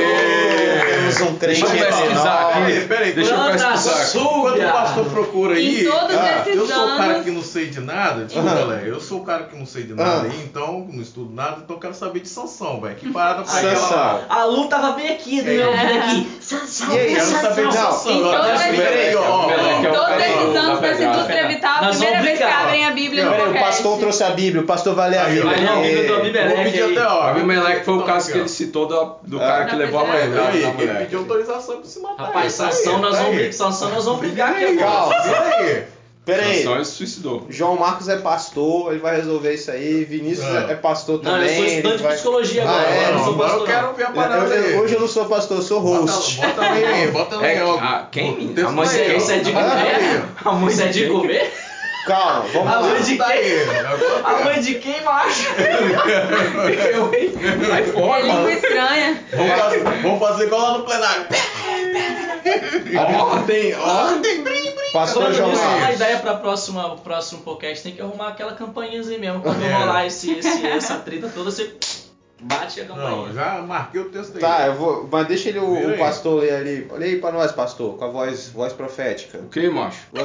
[SPEAKER 1] Temos um crente
[SPEAKER 4] Deixa eu pesquisar aqui.
[SPEAKER 3] Peraí.
[SPEAKER 4] Deixa eu pesquisar aqui.
[SPEAKER 3] Enquanto o pastor procura aí,
[SPEAKER 2] Em todos esses
[SPEAKER 3] eu sou o cara
[SPEAKER 2] anos-
[SPEAKER 3] que não sei de nada, desculpa, Léo, eu sou o cara que não sei de nada aí, então não estudo nada, então eu quero saber de Sansão, velho. Que parada foi aquela lá?
[SPEAKER 5] A Lu tava bem aqui, do meu ouvido aqui.
[SPEAKER 1] E aí,
[SPEAKER 3] Quero saber de Sansão.
[SPEAKER 2] Em todos
[SPEAKER 3] Peraí, ó.
[SPEAKER 2] Em todos esses anos dessa indústria vital, a
[SPEAKER 5] Nós
[SPEAKER 2] primeira
[SPEAKER 5] vamos
[SPEAKER 2] vez que
[SPEAKER 5] brincar.
[SPEAKER 2] abrem a Bíblia no
[SPEAKER 1] Peraí, o
[SPEAKER 2] podcast.
[SPEAKER 1] pastor trouxe a Bíblia, o pastor vai ler a
[SPEAKER 3] Aí,
[SPEAKER 1] Bíblia.
[SPEAKER 5] Vai ler a Bíblia do
[SPEAKER 3] Vou
[SPEAKER 5] Abimeleque
[SPEAKER 3] pedir
[SPEAKER 5] aí.
[SPEAKER 3] até, ó.
[SPEAKER 4] Abimeleque foi o
[SPEAKER 3] Então,
[SPEAKER 4] caso
[SPEAKER 3] aqui,
[SPEAKER 4] que
[SPEAKER 3] ó.
[SPEAKER 4] ele citou do cara que levou a mulher da
[SPEAKER 3] Ele
[SPEAKER 4] mulher.
[SPEAKER 3] pediu autorização pra se matar.
[SPEAKER 5] Rapaz, Sansão, nós vamos brigar aqui
[SPEAKER 3] Calma,
[SPEAKER 5] agora.
[SPEAKER 3] aí.
[SPEAKER 1] Pera aí.
[SPEAKER 4] Sansão ele se suicidou.
[SPEAKER 1] João Marcos é pastor, ele vai resolver isso aí. Vinícius é pastor
[SPEAKER 5] Não,
[SPEAKER 1] também.
[SPEAKER 5] eu sou estudante de psicologia agora.
[SPEAKER 1] Ah, é?
[SPEAKER 5] Eu não sou
[SPEAKER 3] Agora
[SPEAKER 5] pastor,
[SPEAKER 3] eu quero
[SPEAKER 5] não.
[SPEAKER 3] ver a parada aí.
[SPEAKER 1] Hoje eu não sou pastor, eu sou host.
[SPEAKER 3] Bota aí, bota aí.
[SPEAKER 4] Quem?
[SPEAKER 3] A
[SPEAKER 5] Mas isso é de comer?
[SPEAKER 4] A mãe
[SPEAKER 5] Isso é de comer?
[SPEAKER 1] Calma, vamos
[SPEAKER 5] A
[SPEAKER 1] lá.
[SPEAKER 5] mãe de quem? A mãe de quem, macho?
[SPEAKER 4] Vai
[SPEAKER 2] É
[SPEAKER 4] fora,
[SPEAKER 2] língua
[SPEAKER 4] mano.
[SPEAKER 2] estranha.
[SPEAKER 3] Vamos fazer igual lá no plenário.
[SPEAKER 4] Ordem.
[SPEAKER 1] Pastor João
[SPEAKER 5] Isso é uma
[SPEAKER 1] Marcos.
[SPEAKER 5] ideia para o próximo podcast. Tem que arrumar aquela campainhazinha mesmo. Quando rolar essa treta toda, você bate a campainha.
[SPEAKER 3] Não, já marquei o texto aí.
[SPEAKER 1] Tá, eu vou. Mas deixa ele,
[SPEAKER 3] Vira
[SPEAKER 1] o
[SPEAKER 3] aí.
[SPEAKER 1] pastor ler ali. Olha aí pra nós, pastor, com a voz profética.
[SPEAKER 4] O que, macho?
[SPEAKER 1] O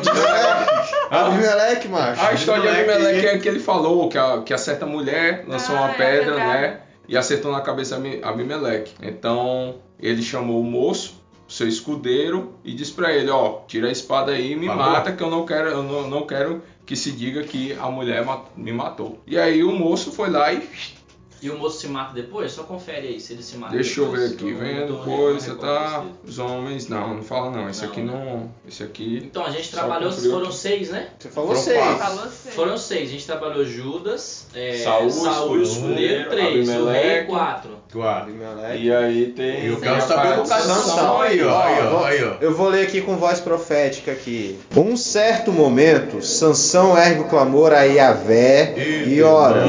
[SPEAKER 1] Abimeleque, macho.
[SPEAKER 4] A história de
[SPEAKER 3] Abimeleque.
[SPEAKER 4] Abimeleque é que ele falou que a certa mulher lançou uma
[SPEAKER 2] é
[SPEAKER 4] pedra,
[SPEAKER 2] pedrada.
[SPEAKER 4] né? E acertou na cabeça Abimeleque. Então ele chamou o moço, seu escudeiro, e disse pra ele, ó, tira a espada aí e me
[SPEAKER 3] Matou?
[SPEAKER 4] mata, que eu não quero que se diga que a mulher me matou. E aí o moço foi lá e
[SPEAKER 5] E o moço se mata depois? Ver Confere aí se ele se mata
[SPEAKER 4] deixa eu
[SPEAKER 5] depois.
[SPEAKER 4] ver aqui,
[SPEAKER 5] Não
[SPEAKER 4] vendo
[SPEAKER 5] tô
[SPEAKER 4] coisa,
[SPEAKER 5] recordando
[SPEAKER 4] tá?
[SPEAKER 5] dele.
[SPEAKER 4] Os homens, não fala não, esse
[SPEAKER 5] Não,
[SPEAKER 4] aqui
[SPEAKER 5] né?
[SPEAKER 4] não, esse aqui...
[SPEAKER 5] Então, a gente
[SPEAKER 4] Só
[SPEAKER 5] trabalhou,
[SPEAKER 4] conferiu
[SPEAKER 5] foram
[SPEAKER 4] aqui.
[SPEAKER 5] 6, né?
[SPEAKER 1] Você falou
[SPEAKER 4] Foram
[SPEAKER 1] 6.
[SPEAKER 4] quatro.
[SPEAKER 2] Falou sim.
[SPEAKER 5] Foram 6. A gente trabalhou Judas,
[SPEAKER 4] Saul,
[SPEAKER 5] o escudeiro 3, o rei
[SPEAKER 4] Abimeleque.
[SPEAKER 5] 4.
[SPEAKER 3] Claro.
[SPEAKER 1] Abimeleque.
[SPEAKER 4] E aí tem...
[SPEAKER 3] E eu
[SPEAKER 2] Sim,
[SPEAKER 3] quero saber do caso de
[SPEAKER 1] Sansão.
[SPEAKER 3] Sansão aí, ó. Aí, ó.
[SPEAKER 1] Eu vou ler aqui com voz profética aqui. Um certo momento, Sansão ergue o clamor a Yahvé e ora: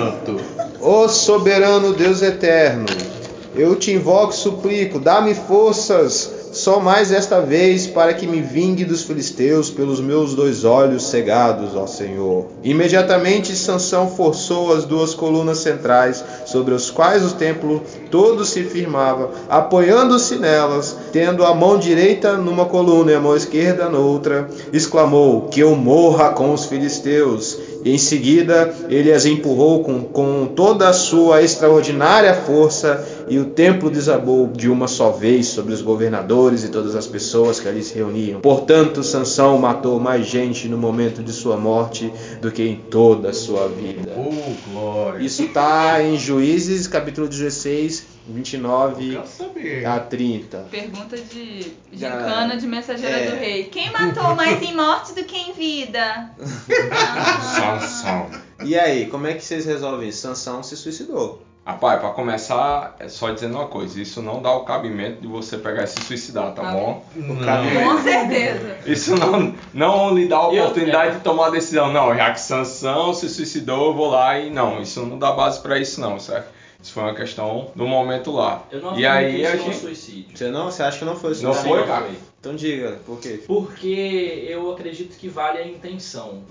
[SPEAKER 1] Ó soberano Deus eterno, eu te invoco e suplico, dá-me forças só mais esta vez para que me vingue dos filisteus pelos meus 2 olhos cegados, ó Senhor. Imediatamente Sansão forçou as 2 colunas centrais, sobre as quais o templo todo se firmava, apoiando-se nelas, tendo a mão direita numa coluna e a mão esquerda noutra, exclamou: que eu morra com os filisteus. E em seguida ele as empurrou com toda a sua extraordinária força, e o templo desabou de uma só vez sobre os governadores e todas as pessoas que ali se reuniam. Portanto, Sansão matou mais gente no momento de sua morte do que em toda a sua vida.
[SPEAKER 3] Glória.
[SPEAKER 1] Isso está em Juízes, capítulo 16, 29
[SPEAKER 3] Quero saber.
[SPEAKER 1] a 30.
[SPEAKER 2] Pergunta de gincana de mensageira
[SPEAKER 1] É.
[SPEAKER 2] do rei. Quem matou mais em morte do que em vida?
[SPEAKER 4] Sansão.
[SPEAKER 1] E aí, como é que vocês resolvem isso? Sansão se suicidou.
[SPEAKER 4] Rapaz, pra começar, é só dizendo uma coisa, isso não dá o cabimento de você pegar e se suicidar, tá bom?
[SPEAKER 2] Com certeza.
[SPEAKER 4] Isso não lhe dá a oportunidade de tomar a decisão, não, já que Sansão se suicidou, eu vou lá e não, isso não dá base pra isso não, certo? Isso foi uma questão do momento lá.
[SPEAKER 5] Eu não
[SPEAKER 4] E
[SPEAKER 5] afirmo
[SPEAKER 4] aí
[SPEAKER 5] que isso
[SPEAKER 4] a
[SPEAKER 5] foi um
[SPEAKER 4] gente...
[SPEAKER 5] suicídio.
[SPEAKER 1] Você acha que não foi
[SPEAKER 4] Não
[SPEAKER 1] suicídio?
[SPEAKER 4] foi,
[SPEAKER 5] Não
[SPEAKER 4] cara?
[SPEAKER 5] foi.
[SPEAKER 1] Então diga, por quê?
[SPEAKER 5] Porque eu acredito que vale a intenção.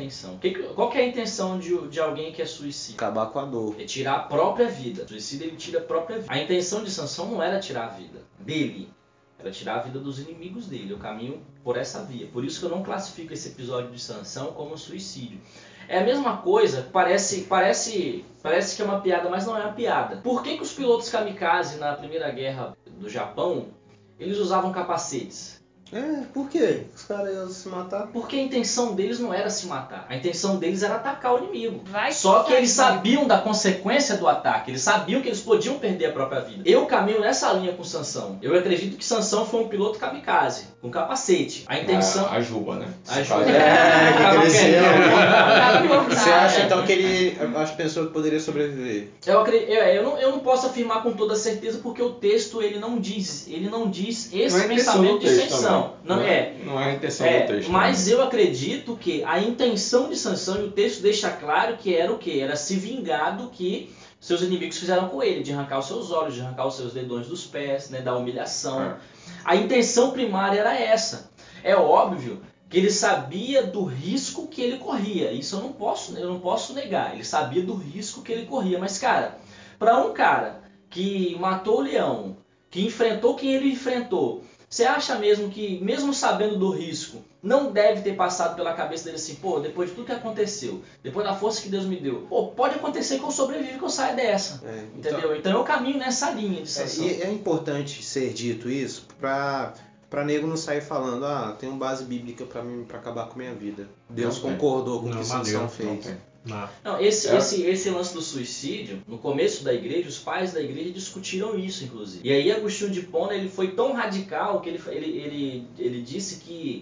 [SPEAKER 5] Qual que é a intenção de alguém que é suicida?
[SPEAKER 1] Acabar com a dor.
[SPEAKER 5] É tirar a própria vida. O suicida, ele tira a própria vida. A intenção de Sansão não era tirar a vida dele, era tirar a vida dos inimigos dele. Eu caminho por essa via. Por isso que eu não classifico esse episódio de Sansão como suicídio. É a mesma coisa, parece que é uma piada, mas não é uma piada. Por que os pilotos kamikaze na Primeira Guerra do Japão, eles usavam capacetes?
[SPEAKER 1] Por quê? Os caras iam se matar?
[SPEAKER 5] Porque a intenção deles não era se matar. A intenção deles era atacar o inimigo.
[SPEAKER 2] Vai
[SPEAKER 5] Só que
[SPEAKER 2] sair.
[SPEAKER 5] eles sabiam da consequência do ataque. Eles sabiam que eles podiam perder a própria vida. Eu caminho nessa linha com Sansão. Eu acredito que Sansão foi um piloto kamikaze, com capacete. A intenção...
[SPEAKER 4] A Juba, né?
[SPEAKER 5] A Juba.
[SPEAKER 1] que cresceu.
[SPEAKER 2] Tá
[SPEAKER 1] Você acha então que ele pensou que poderia sobreviver?
[SPEAKER 5] Eu não posso afirmar com toda certeza porque o texto ele não diz esse
[SPEAKER 4] Não é a intenção
[SPEAKER 5] pensamento
[SPEAKER 4] do
[SPEAKER 5] de
[SPEAKER 4] texto
[SPEAKER 5] Sansão.
[SPEAKER 4] também. Não é a intenção do texto.
[SPEAKER 5] Mas
[SPEAKER 4] também.
[SPEAKER 5] eu acredito que a intenção de Sansão, e o texto deixa claro que era o quê? Era se vingar do que seus inimigos fizeram com ele, de arrancar os seus olhos, de arrancar os seus dedões dos pés, né, da humilhação. A intenção primária era essa. É óbvio que ele sabia do risco que ele corria. Isso eu não posso negar. Ele sabia do risco que ele corria. Mas, cara, para um cara que matou o leão, que enfrentou quem ele enfrentou, você acha mesmo que, mesmo sabendo do risco, não deve ter passado pela cabeça dele assim, pô, depois de tudo que aconteceu, depois da força que Deus me deu, pô, pode acontecer que eu sobreviva, que eu saia dessa. Entendeu? Então eu caminho nessa linha de Sansão.
[SPEAKER 1] E é importante ser dito isso pra nego não sair falando, tem uma base bíblica pra acabar com a minha vida. Deus
[SPEAKER 4] Não tem.
[SPEAKER 1] concordou com o que
[SPEAKER 3] maneiro,
[SPEAKER 1] Sansão fez.
[SPEAKER 4] Não tem.
[SPEAKER 5] Não, esse lance do suicídio, no começo da igreja, os pais da igreja discutiram isso, inclusive. E aí Agostinho de Hipona, ele foi tão radical que ele disse que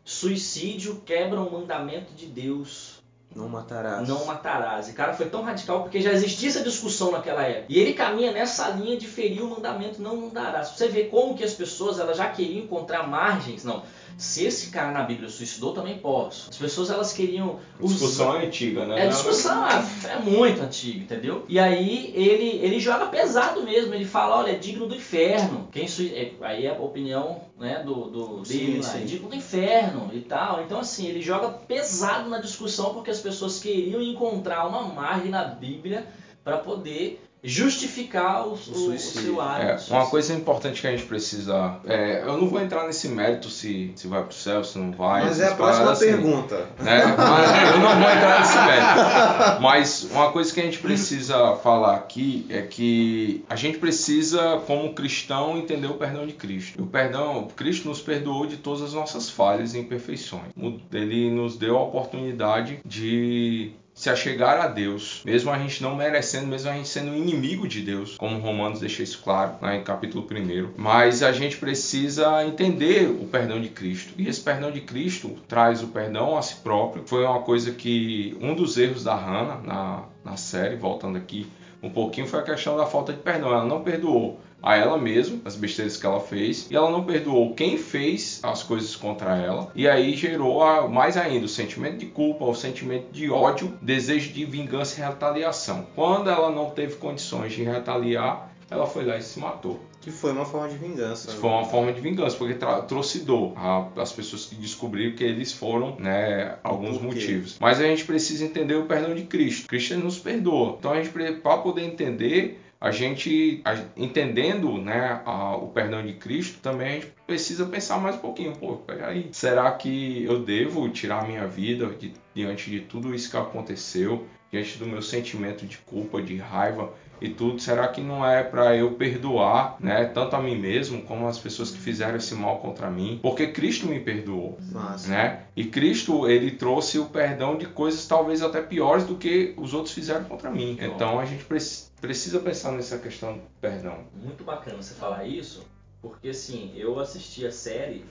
[SPEAKER 5] suicídio quebra um mandamento de Deus.
[SPEAKER 1] Não matarás.
[SPEAKER 5] Não matarás. E cara, foi tão radical porque já existia essa discussão naquela época. E ele caminha nessa linha de ferir o mandamento não matarás. Você vê como que as pessoas elas já queriam encontrar margens. Não, se esse cara na Bíblia suicidou, também posso. As pessoas elas queriam...
[SPEAKER 4] A discussão é antiga, né?
[SPEAKER 5] É discussão, é muito antiga, entendeu? E aí ele joga pesado mesmo. Ele fala, olha, é digno do inferno. Aí é a opinião, né, dele lá. É digno do inferno e tal. Então assim, ele joga pesado na discussão porque as pessoas queriam encontrar uma margem na Bíblia para poder justificar o seu ato.
[SPEAKER 4] Uma coisa importante que a gente precisa... eu não vou entrar nesse mérito se vai pro céu, se não vai.
[SPEAKER 1] Mas é a próxima pergunta.
[SPEAKER 4] Né? Eu não vou entrar nesse mérito. Mas uma coisa que a gente precisa falar aqui é que a gente precisa, como cristão, entender o perdão de Cristo. Cristo nos perdoou de todas as nossas falhas e imperfeições. Ele nos deu a oportunidade de se achegar a Deus, mesmo a gente não merecendo, mesmo a gente sendo inimigo de Deus, como Romanos deixa isso claro, né, em capítulo 1. Mas a gente precisa entender o perdão de Cristo. E esse perdão de Cristo traz o perdão a si próprio. Foi uma coisa que, um dos erros da Hannah na série, voltando aqui um pouquinho, foi a questão da falta de perdão. Ela não perdoou a ela mesma, as besteiras que ela fez, e ela não perdoou quem fez as coisas contra ela, e aí gerou mais ainda o sentimento de culpa, o sentimento de ódio, desejo de vingança e retaliação. Quando ela não teve condições de retaliar, ela foi lá e se matou.
[SPEAKER 1] Que foi uma forma de vingança.
[SPEAKER 4] Foi uma forma de vingança, porque trouxe dor às pessoas que descobriram que eles foram, né, alguns motivos. Mas a gente precisa entender o perdão de Cristo. Cristo nos perdoa. Então, para poder entender, a gente, entendendo, né, o perdão de Cristo, também a gente precisa pensar mais um pouquinho. Pô, peraí, será que eu devo tirar a minha vida diante de tudo isso que aconteceu, diante do meu sentimento de culpa, de raiva e tudo? Será que não é para eu perdoar, né, tanto a mim mesmo como as pessoas que fizeram esse mal contra mim? Porque Cristo me perdoou.
[SPEAKER 1] Nossa.
[SPEAKER 4] Né? E Cristo, ele trouxe o perdão de coisas talvez até piores do que os outros fizeram contra mim. Então a gente precisa pensar nessa questão do perdão.
[SPEAKER 5] Muito bacana você falar isso, porque assim, eu assisti a série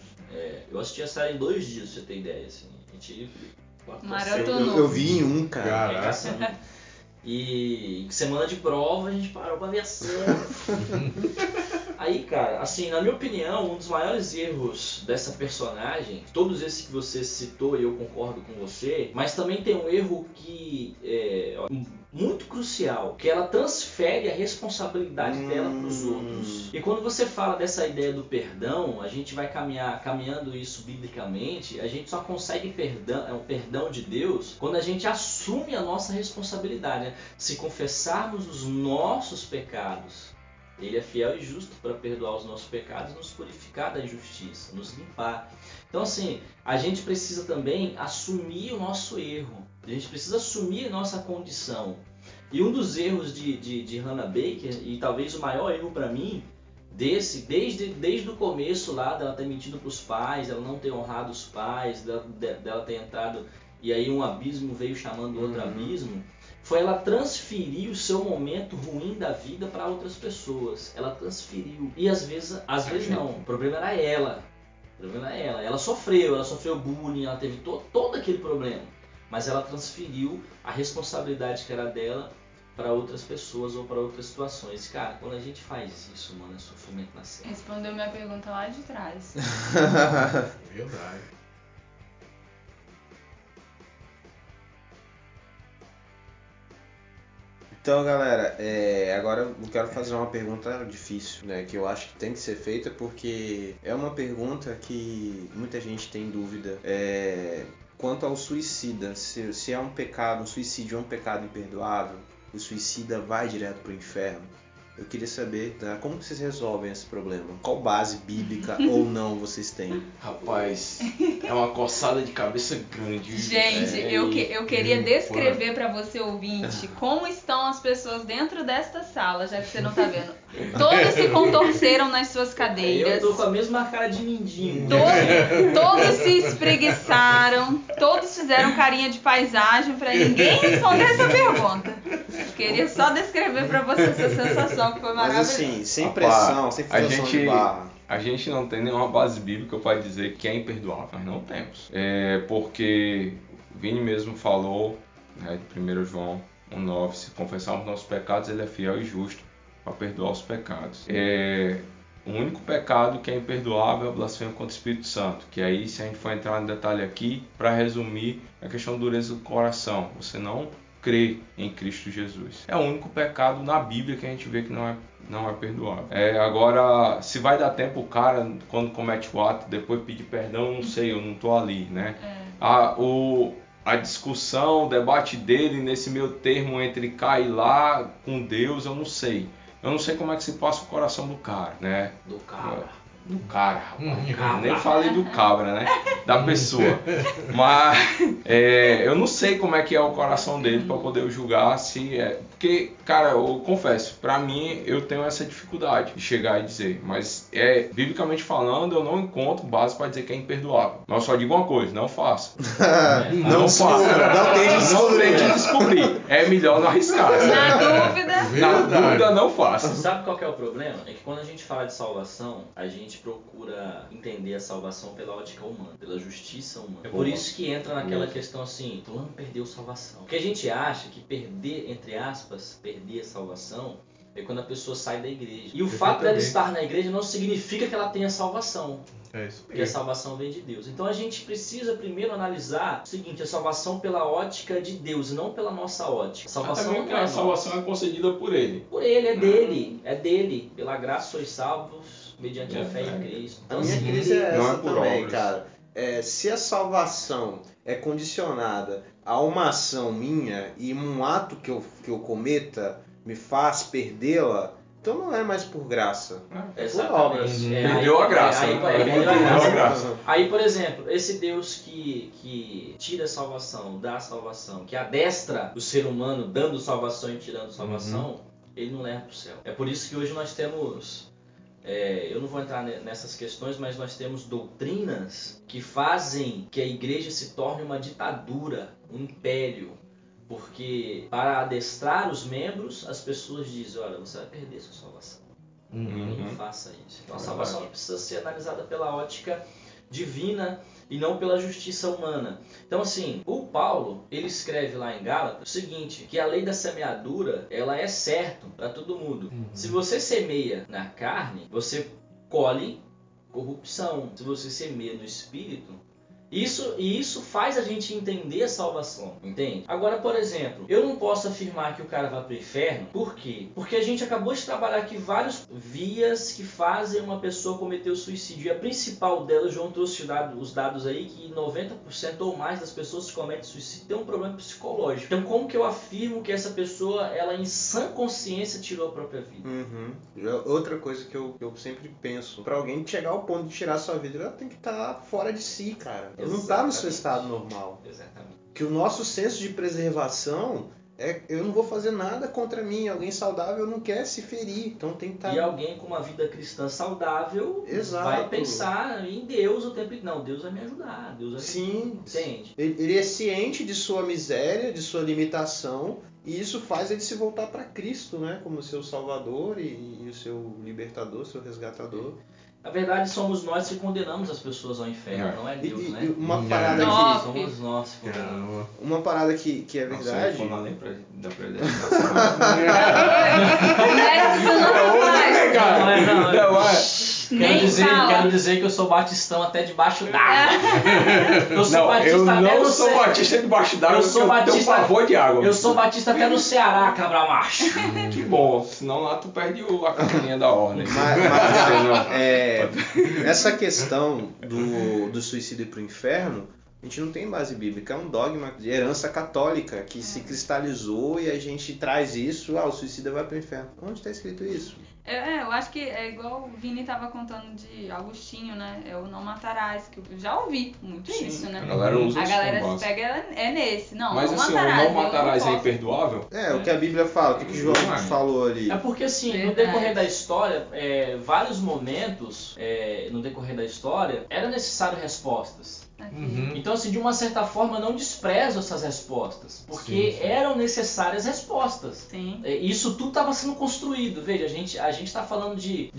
[SPEAKER 5] em 2 dias, pra você ter ideia. Assim, a gente
[SPEAKER 2] maratonou.
[SPEAKER 1] Eu vi em um, cara.
[SPEAKER 5] E semana de prova a gente parou pra ver a série. Aí, cara, assim, na minha opinião, um dos maiores erros dessa personagem, todos esses que você citou e eu concordo com você, mas também tem um erro que é muito crucial, que ela transfere a responsabilidade dela para os outros. E quando você fala dessa ideia do perdão, a gente vai caminhando isso biblicamente, a gente só consegue o perdão de Deus quando a gente assume a nossa responsabilidade, né? Se confessarmos os nossos pecados, Ele é fiel e justo para perdoar os nossos pecados e nos purificar da injustiça, nos limpar. Então assim, a gente precisa também assumir o nosso erro. A gente precisa assumir a nossa condição. E um dos erros de Hannah Baker, e talvez o maior erro para mim, desde o começo lá, dela ter mentido para os pais, ela não ter honrado os pais, dela ter entrado e aí um abismo veio chamando outro abismo, foi ela transferir o seu momento ruim da vida para outras pessoas. Ela transferiu. E às vezes não. O problema era ela. Ela sofreu bullying, ela teve todo aquele problema. Mas ela transferiu a responsabilidade que era dela para outras pessoas ou para outras situações. Cara, quando a gente faz isso, mano, é sofrimento na série.
[SPEAKER 2] Respondeu minha pergunta lá de trás.
[SPEAKER 3] Verdade.
[SPEAKER 1] Então, galera, agora eu quero fazer uma pergunta difícil, né? Que eu acho que tem que ser feita porque é uma pergunta que muita gente tem dúvida. Quanto ao suicida, se é um pecado, um suicídio é um pecado imperdoável, o suicida vai direto para o inferno. Eu queria saber, tá, como que vocês resolvem esse problema? Qual base bíblica ou não vocês têm?
[SPEAKER 4] Rapaz, é uma coçada de cabeça grande.
[SPEAKER 2] Gente, eu queria descrever para você, ouvinte, como estão as pessoas dentro desta sala, já que você não tá vendo. Todos se contorceram nas suas cadeiras.
[SPEAKER 5] Eu tô com a mesma cara de mindinho.
[SPEAKER 2] Todos se espreguiçaram, todos fizeram carinha de paisagem para ninguém responder essa pergunta. Eu queria só descrever para você essa sensação que foi maravilhosa.
[SPEAKER 1] Mas assim, sem pressão, sem forçação de barra.
[SPEAKER 4] a gente não tem nenhuma base bíblica para dizer que é imperdoável. Nós não temos. Porque o Vini mesmo falou, né, de 1 João 1,9, se confessarmos nossos pecados, ele é fiel e justo para perdoar os pecados. O único pecado que é imperdoável é a blasfêmia contra o Espírito Santo, que aí, se a gente for entrar no detalhe aqui, para resumir, é a questão da dureza do coração. Você não crê em Cristo Jesus. É o único pecado na Bíblia que a gente vê que não é perdoável. Agora, se vai dar tempo o cara, quando comete o ato, depois pedir perdão, não sei, eu não estou ali, né? A discussão, o debate dele nesse meio termo entre cá e lá com Deus, eu não sei. Eu não sei como é que se passa o coração do cara, né?
[SPEAKER 5] Do cara.
[SPEAKER 4] Do cara, rapaz. Nem falei do cabra, né? Da pessoa. Mas eu não sei como é que é o coração dele para poder julgar se é. Porque, cara, eu confesso, pra mim eu tenho essa dificuldade de chegar e dizer. Mas biblicamente falando, eu não encontro base para dizer que é imperdoável. Mas eu só digo uma coisa, não faça.
[SPEAKER 1] Não faça. Não tente
[SPEAKER 4] descobrir. É melhor não arriscar. Na dúvida, não faça.
[SPEAKER 5] Sabe qual que é o problema? É que quando a gente fala de salvação, a gente procura entender a salvação pela ótica humana, pela justiça humana. É por isso que entra naquela questão assim, fulano perdeu salvação. Porque a gente acha que perder, entre aspas, perder a salvação é quando a pessoa sai da igreja. E o fato dela estar na igreja não significa que ela tenha salvação.
[SPEAKER 3] É isso.
[SPEAKER 5] Porque a salvação vem de Deus. Então a gente precisa primeiro analisar o seguinte, a salvação pela ótica de Deus, não pela nossa ótica. A salvação
[SPEAKER 4] não é a salvação é concedida por Ele.
[SPEAKER 5] Por Ele, é dele. É dele. Pela graça sois salvos mediante a fé em Cristo.
[SPEAKER 1] Então, a minha crise é essa
[SPEAKER 4] por
[SPEAKER 1] também,
[SPEAKER 4] obras.
[SPEAKER 1] cara. Se a salvação é condicionada a uma ação minha e um ato que eu cometa me faz perdê-la, então não é mais por graça. É por obras.
[SPEAKER 4] Perdeu a graça.
[SPEAKER 5] Perdeu a graça. Aí, por exemplo, esse Deus que tira a salvação, dá a salvação, que adestra o ser humano dando salvação e tirando salvação, ele não leva para o céu. É por isso que hoje nós temos... eu não vou entrar nessas questões, mas nós temos doutrinas que fazem que a igreja se torne uma ditadura, um império. Porque para adestrar os membros, as pessoas dizem, olha, você vai perder sua salvação. Não faça isso. Então a salvação precisa ser analisada pela ótica divina e não pela justiça humana. Então assim, o Paulo, ele escreve lá em Gálatas o seguinte, que a lei da semeadura, ela é certa para todo mundo. Se você semeia na carne, você colhe corrupção. Se você semeia no espírito, isso faz a gente entender a salvação, entende? Agora, por exemplo, eu não posso afirmar que o cara vai para o inferno, por quê? Porque a gente acabou de trabalhar aqui várias vias que fazem uma pessoa cometer o suicídio. E a principal delas, João trouxe os dados aí, que 90% ou mais das pessoas que cometem suicídio tem um problema psicológico. Então, como que eu afirmo que essa pessoa, ela em sã consciência tirou a própria vida?
[SPEAKER 1] Outra coisa que eu sempre penso, para alguém chegar ao ponto de tirar a sua vida, ela tem que estar fora de si, cara. Ele não está no seu estado normal.
[SPEAKER 5] Exatamente.
[SPEAKER 1] Que o nosso senso de preservação eu não vou fazer nada contra mim. Alguém saudável não quer se ferir. Então tem que estar...
[SPEAKER 5] E alguém com uma vida cristã saudável
[SPEAKER 1] Exato.
[SPEAKER 5] Vai pensar em Deus o tempo inteiro. Não, Deus vai me ajudar. Deus vai
[SPEAKER 1] Sim.
[SPEAKER 5] Entende?
[SPEAKER 1] Ele é ciente de sua miséria, de sua limitação. E isso faz ele se voltar para Cristo, né? Como seu salvador e o seu libertador, seu resgatador.
[SPEAKER 5] Na verdade, somos nós que condenamos as pessoas ao inferno, não é Deus, né?
[SPEAKER 1] E uma parada
[SPEAKER 2] Nossa.
[SPEAKER 1] que...
[SPEAKER 5] Somos nós que condenamos.
[SPEAKER 1] Uma parada que é verdade...
[SPEAKER 4] Nossa, na lei da predestinação.
[SPEAKER 5] Quero dizer que eu sou batistão até debaixo d'água. Eu sou batista
[SPEAKER 4] eu
[SPEAKER 5] até
[SPEAKER 4] não
[SPEAKER 5] no
[SPEAKER 4] sou batista debaixo d'água, eu tenho pavor de água.
[SPEAKER 5] Eu sou batista até no Ceará, cabra macho.
[SPEAKER 4] Que bom, senão lá tu perde a caminha da ordem.
[SPEAKER 1] Essa questão do suicídio para o inferno, a gente não tem base bíblica, é um dogma de herança católica que se cristalizou e a gente traz isso, o suicida vai para o inferno. Onde está escrito isso?
[SPEAKER 2] Eu acho que é igual o Vini estava contando de Agostinho, né? É o não matarás, que eu já ouvi muito isso, né?
[SPEAKER 4] A galera usa isso
[SPEAKER 2] galera
[SPEAKER 4] como
[SPEAKER 2] se
[SPEAKER 4] base.
[SPEAKER 2] pega nesse. Não,
[SPEAKER 4] mas
[SPEAKER 2] não
[SPEAKER 4] assim,
[SPEAKER 2] matarás.
[SPEAKER 4] o não matarás é imperdoável?
[SPEAKER 1] O que a Bíblia fala, o que João falou ali.
[SPEAKER 5] É porque assim, no
[SPEAKER 2] Verdade.
[SPEAKER 5] decorrer da história, vários momentos, no decorrer da história, era necessário respostas.
[SPEAKER 3] Uhum.
[SPEAKER 5] Então, assim, de uma certa forma, eu não desprezo essas respostas, porque eram necessárias respostas.
[SPEAKER 2] Sim.
[SPEAKER 5] Isso tudo estava sendo construído. Veja, a gente está falando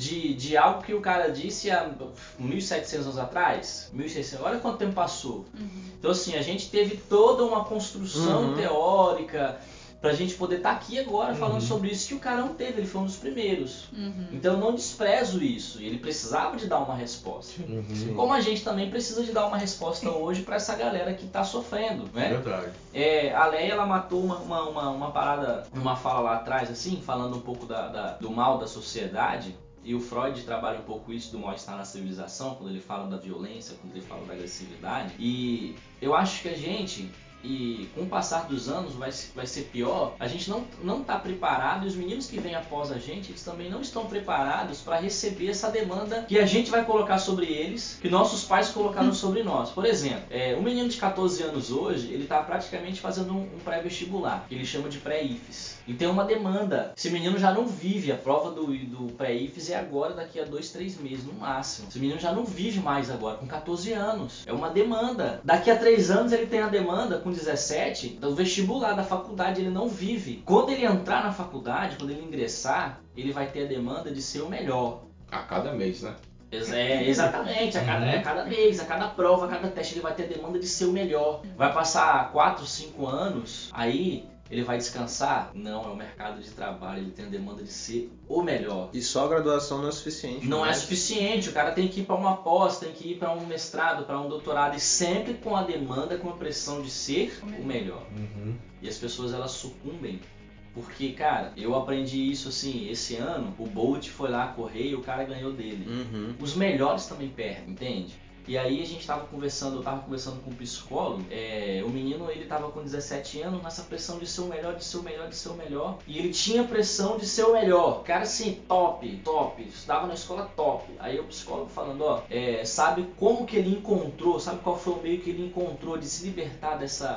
[SPEAKER 5] de algo que o cara disse há 1.700 anos atrás, 1.600, olha quanto tempo passou. Então, assim, a gente teve toda uma construção teórica pra gente poder estar aqui agora falando sobre isso que o cara não teve, ele foi um dos primeiros. Então eu não desprezo isso, ele precisava de dar uma resposta. Como a gente também precisa de dar uma resposta hoje pra essa galera que tá sofrendo, né?
[SPEAKER 3] Verdade.
[SPEAKER 5] A Leia, ela matou uma parada numa fala lá atrás, assim, falando um pouco do mal da sociedade. E o Freud trabalha um pouco isso do mal-estar na civilização, quando ele fala da violência, quando ele fala da agressividade. E eu acho que a gente... E com o passar dos anos vai ser pior. A gente não está preparado, e os meninos que vêm após a gente, eles também não estão preparados para receber essa demanda que a gente vai colocar sobre eles, que nossos pais colocaram sobre nós. Por exemplo, um menino de 14 anos hoje, ele está praticamente fazendo um pré-vestibular, que ele chama de pré-IFES. E tem uma demanda. Esse menino já não vive, a prova do pré-IFES é agora, daqui a 2-3 meses, no máximo. Esse menino já não vive mais agora, com 14 anos. É uma demanda. Daqui a 3 anos ele tem a demanda, com 17, do vestibular da faculdade, ele não vive. Quando ele entrar na faculdade, quando ele ingressar, ele vai ter a demanda de ser o melhor.
[SPEAKER 4] A cada mês, né?
[SPEAKER 5] Exatamente, a cada mês, a cada prova, a cada teste, ele vai ter a demanda de ser o melhor. Vai passar 4, 5 anos, aí ele vai descansar? Não, é o mercado de trabalho, ele tem a demanda de ser o melhor.
[SPEAKER 1] E só a graduação não é suficiente.
[SPEAKER 5] Não é suficiente, o cara tem que ir para uma pós, tem que ir para um mestrado, para um doutorado, e sempre com a demanda, com a pressão de ser o melhor. E as pessoas, elas sucumbem. Porque, cara, eu aprendi isso assim, esse ano, o Bolt foi lá correr e o cara ganhou dele. Os melhores também perdem, entende? E aí a gente eu tava conversando com um psicólogo, o menino, ele tava com 17 anos nessa pressão de ser o melhor, de ser o melhor, de ser o melhor. E ele tinha pressão de ser o melhor. Cara, assim, top, estudava na escola top. Aí o psicólogo falando, sabe como que ele encontrou, sabe qual foi o meio que ele encontrou de se libertar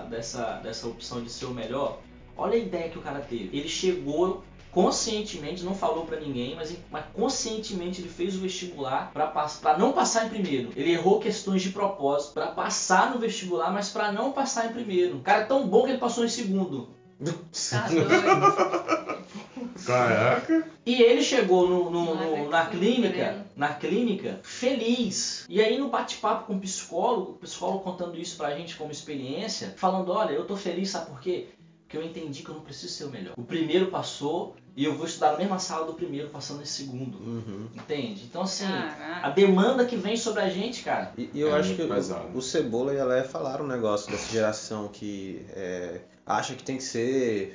[SPEAKER 5] dessa opção de ser o melhor? Olha a ideia que o cara teve. Ele chegou conscientemente, não falou pra ninguém, mas conscientemente ele fez o vestibular pra não passar em primeiro. Ele errou questões de propósito pra passar no vestibular, mas pra não passar em primeiro. O cara é tão bom que ele passou em segundo.
[SPEAKER 2] Tá doido.
[SPEAKER 3] Caraca.
[SPEAKER 5] E ele chegou na clínica feliz. E aí no bate-papo com o psicólogo contando isso pra gente como experiência, falando, olha, eu tô feliz, sabe por quê? Porque eu entendi que eu não preciso ser o melhor. O primeiro passou e eu vou estudar na mesma sala do primeiro, passando em segundo. Entende? Então, assim, a demanda que vem sobre a gente, cara...
[SPEAKER 1] E eu acho que o Cebola e a Leia falaram um negócio dessa geração que acha que tem que ser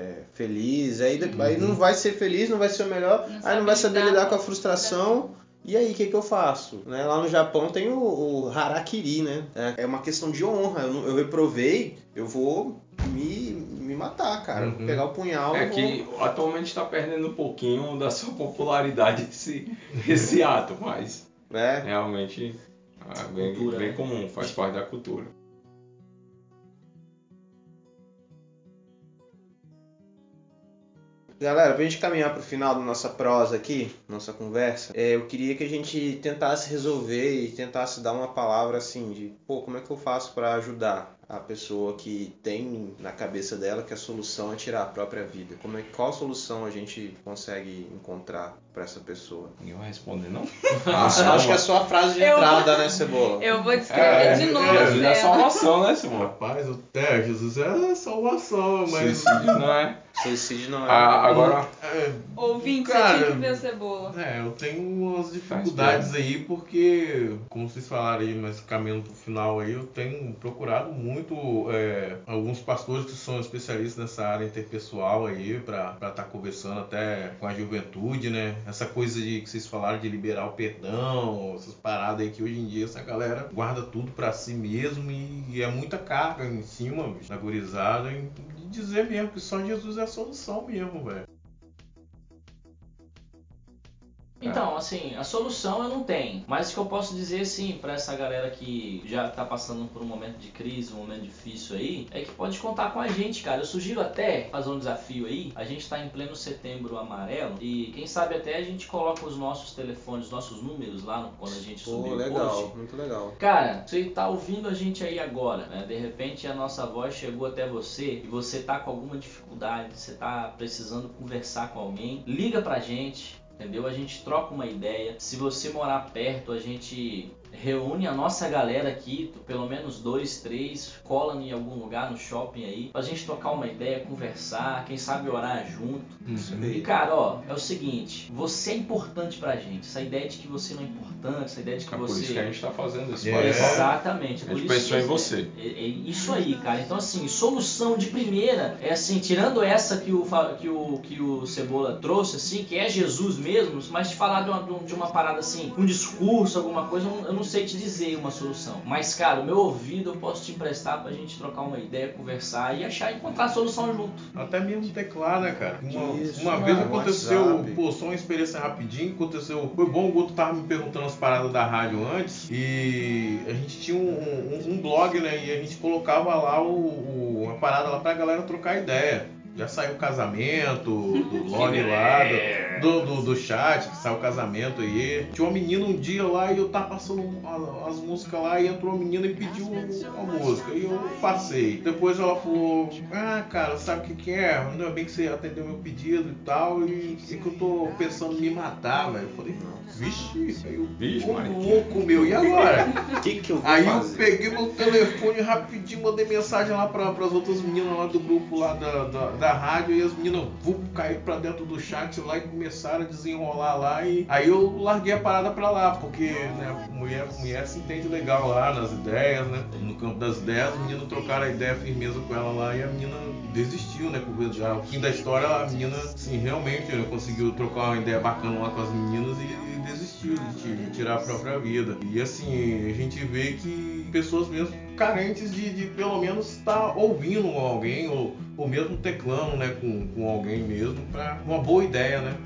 [SPEAKER 1] feliz, aí não vai ser feliz, não vai ser o melhor, aí não vai saber lidar com a frustração. E aí, o que eu faço? Né? Lá no Japão tem o harakiri, né? É uma questão de honra. Eu reprovei, eu vou me matar, cara. Eu vou pegar o punhal e
[SPEAKER 4] que atualmente está perdendo um pouquinho da sua popularidade esse ato, mas realmente é bem comum, faz parte da cultura.
[SPEAKER 1] Galera, pra gente caminhar pro final da nossa prosa aqui, nossa conversa, eu queria que a gente tentasse resolver e tentasse dar uma palavra assim de, como é que eu faço para ajudar a pessoa que tem na cabeça dela que a solução é tirar a própria vida? Qual solução a gente consegue encontrar para essa pessoa?
[SPEAKER 4] Ninguém vai responder, não?
[SPEAKER 1] Acho que é só a frase de entrada, né, Cebola?
[SPEAKER 2] Eu vou descrever de novo.
[SPEAKER 4] Jesus é salvação, né, Cebola?
[SPEAKER 3] Rapaz, Jesus é salvação, mas...
[SPEAKER 4] Suicídio não é.
[SPEAKER 1] Suicídio não é.
[SPEAKER 4] Agora...
[SPEAKER 2] Ouvinte,
[SPEAKER 3] cara,
[SPEAKER 2] você tinha que ver o Cebola.
[SPEAKER 3] Eu tenho umas dificuldades aí, porque, como vocês falaram aí, mas caminhando pro final aí, eu tenho procurado muito alguns pastores que são especialistas nessa área interpessoal aí, pra estar conversando até com a juventude, né? Essa coisa que vocês falaram de liberar o perdão, essas paradas aí que hoje em dia essa galera guarda tudo pra si mesmo e é muita carga em cima, bicho, da gurizada, e dizer mesmo que só Jesus é a solução mesmo, velho.
[SPEAKER 5] Então, assim, a solução eu não tenho, mas o que eu posso dizer, sim, pra essa galera que já tá passando por um momento de crise, um momento difícil aí, é que pode contar com a gente, cara. Eu sugiro até fazer um desafio aí. A gente tá em pleno Setembro Amarelo e quem sabe até a gente coloca os nossos telefones, os nossos números lá quando a gente subir o
[SPEAKER 1] legal,
[SPEAKER 5] post.
[SPEAKER 1] muito legal.
[SPEAKER 5] Cara, você tá ouvindo a gente aí agora, né? De repente a nossa voz chegou até você e você tá com alguma dificuldade, você tá precisando conversar com alguém, liga pra gente. Entendeu? A gente troca uma ideia. Se você morar perto, a gente reúne a nossa galera aqui, pelo menos 2, 3, cola em algum lugar no shopping aí, pra gente trocar uma ideia, conversar, quem sabe orar junto. E cara, ó, é o seguinte, você é importante pra gente. Essa ideia de que você não é importante, essa ideia de que você...
[SPEAKER 4] Por isso que a gente tá fazendo esse
[SPEAKER 5] Exatamente.
[SPEAKER 4] A gente pensou em você.
[SPEAKER 5] É isso aí, cara. Então assim, solução de primeira é assim, tirando essa que o Cebola trouxe, assim, que é Jesus mesmo, mas te falar de uma parada assim, um discurso, alguma coisa, eu não sei te dizer uma solução. Mas, cara, o meu ouvido eu posso te emprestar pra gente trocar uma ideia, conversar e encontrar a solução junto.
[SPEAKER 3] Até mesmo teclado, né, cara?
[SPEAKER 1] Isso,
[SPEAKER 3] uma vez
[SPEAKER 1] mano,
[SPEAKER 3] aconteceu,
[SPEAKER 1] WhatsApp.
[SPEAKER 3] pô, só uma experiência rapidinho, aconteceu, foi bom, o Guto tava me perguntando as paradas da rádio antes, e a gente tinha um blog, né, e a gente colocava lá uma parada lá pra galera trocar ideia. Já saiu o casamento, do log lá, do chat, que saiu o casamento aí. Tinha uma menina um dia lá e eu tava passando as músicas lá e entrou uma menina e pediu a música. E eu passei. Depois ela falou, cara, sabe o que é? Ainda bem que você atendeu meu pedido e tal. E que eu tô pensando em me matar, velho. Eu falei, vixe, aí eu louco, meu, e agora?
[SPEAKER 1] Que eu vou
[SPEAKER 3] Aí
[SPEAKER 1] fazer?
[SPEAKER 3] eu peguei meu telefone rapidinho, mandei mensagem lá pras outras meninas lá do grupo lá da rádio e as meninas caíram pra dentro do chat lá e começaram a desenrolar lá e aí eu larguei a parada pra lá, porque né, mulher se entende legal lá nas ideias, né? No campo das ideias, as meninas trocaram a ideia, firmeza com ela lá e a menina desistiu, né? Já o fim da história, a menina, assim, realmente conseguiu trocar uma ideia bacana lá com as meninas e desistiu de tirar a própria vida. E assim, a gente vê que pessoas mesmo carentes de pelo menos estar ouvindo alguém ou mesmo teclando, né, com alguém mesmo para uma boa ideia, né?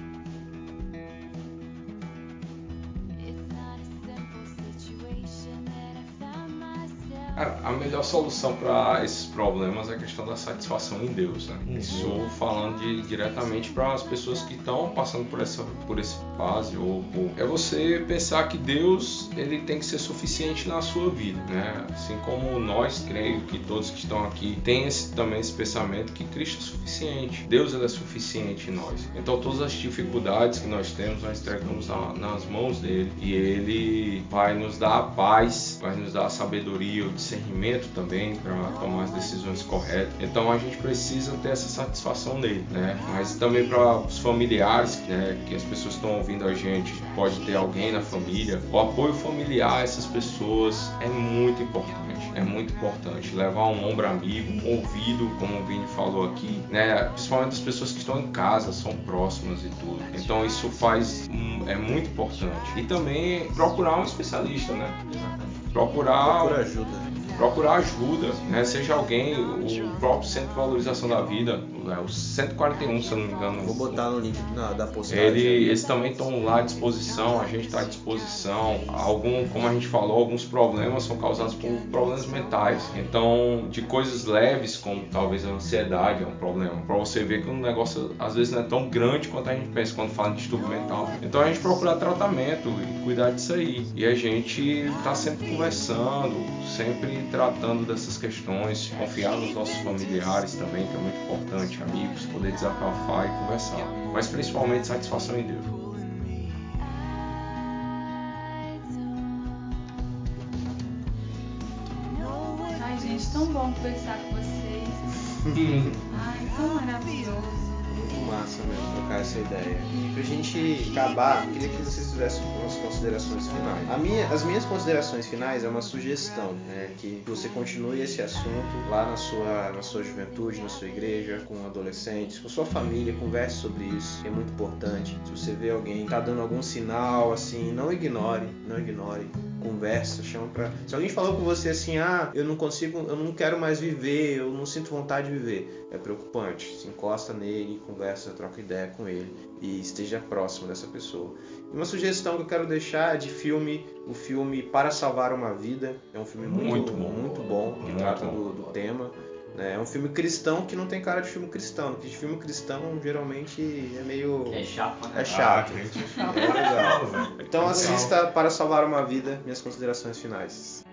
[SPEAKER 4] A melhor solução para esses problemas é a questão da satisfação em Deus, né? Isso falando diretamente para as pessoas que estão passando por esse fase, ou é você pensar que Deus ele tem que ser suficiente na sua vida, né? Assim como nós, creio que todos que estão aqui têm também esse pensamento que Cristo é suficiente, Deus ele é suficiente em nós. Então todas as dificuldades que nós temos, nós entregamos nas mãos dele e ele vai nos dar a paz, vai nos dar a sabedoria, o discernimento também para tomar as decisões corretas. Então a gente precisa ter essa satisfação nele, né? Mas também para os familiares, né? Que as pessoas estão ouvindo a gente, pode ter alguém na família. O apoio familiar a essas pessoas é muito importante. É muito importante levar um ombro amigo, um ouvido, como o Vini falou aqui, né? Principalmente as pessoas que estão em casa, são próximas e tudo. Então isso é muito importante. E também procurar um especialista, né? Procurar ajuda, né? Seja alguém, o próprio Centro de Valorização da Vida, o 141, se eu não me engano.
[SPEAKER 1] Vou botar no link da postagem.
[SPEAKER 4] Eles também estão lá à disposição, a gente está à disposição. Como a gente falou, alguns problemas são causados por problemas mentais. Então, de coisas leves, como talvez a ansiedade é um problema. Para você ver que o negócio às vezes não é tão grande quanto a gente pensa quando fala em distúrbio mental. Então a gente procura tratamento e cuidar disso aí. E a gente está sempre conversando, sempre tratando dessas questões, confiar nos nossos familiares também, que é muito importante, amigos, poder desabafar e conversar, mas principalmente satisfação em Deus.
[SPEAKER 2] Ai, gente, tão bom conversar com vocês. Ai, tão maravilhoso.
[SPEAKER 1] Muito massa mesmo trocar essa ideia. E pra gente acabar, queria que vocês fizessem umas considerações finais. As minhas considerações finais é uma sugestão, né? Que você continue esse assunto lá na sua juventude, na sua igreja, com adolescentes, com sua família, converse sobre isso, é muito importante. Se você vê alguém que tá dando algum sinal, assim, não ignore. conversa, chama pra... Se alguém falou com você assim, eu não quero mais viver, eu não sinto vontade de viver, é preocupante. Se encosta nele, conversa, troca ideia com ele e esteja próximo dessa pessoa. E uma sugestão que eu quero deixar é de filme, o filme Para Salvar uma Vida. É um filme muito bom, que trata do tema. É um filme cristão que não tem cara de filme cristão, porque de filme cristão geralmente é meio...
[SPEAKER 5] É chato, né?
[SPEAKER 1] É chato.
[SPEAKER 3] Gente, é chato.
[SPEAKER 1] É legal.
[SPEAKER 3] velho.
[SPEAKER 1] Então assista Para Salvar uma Vida, minhas considerações finais.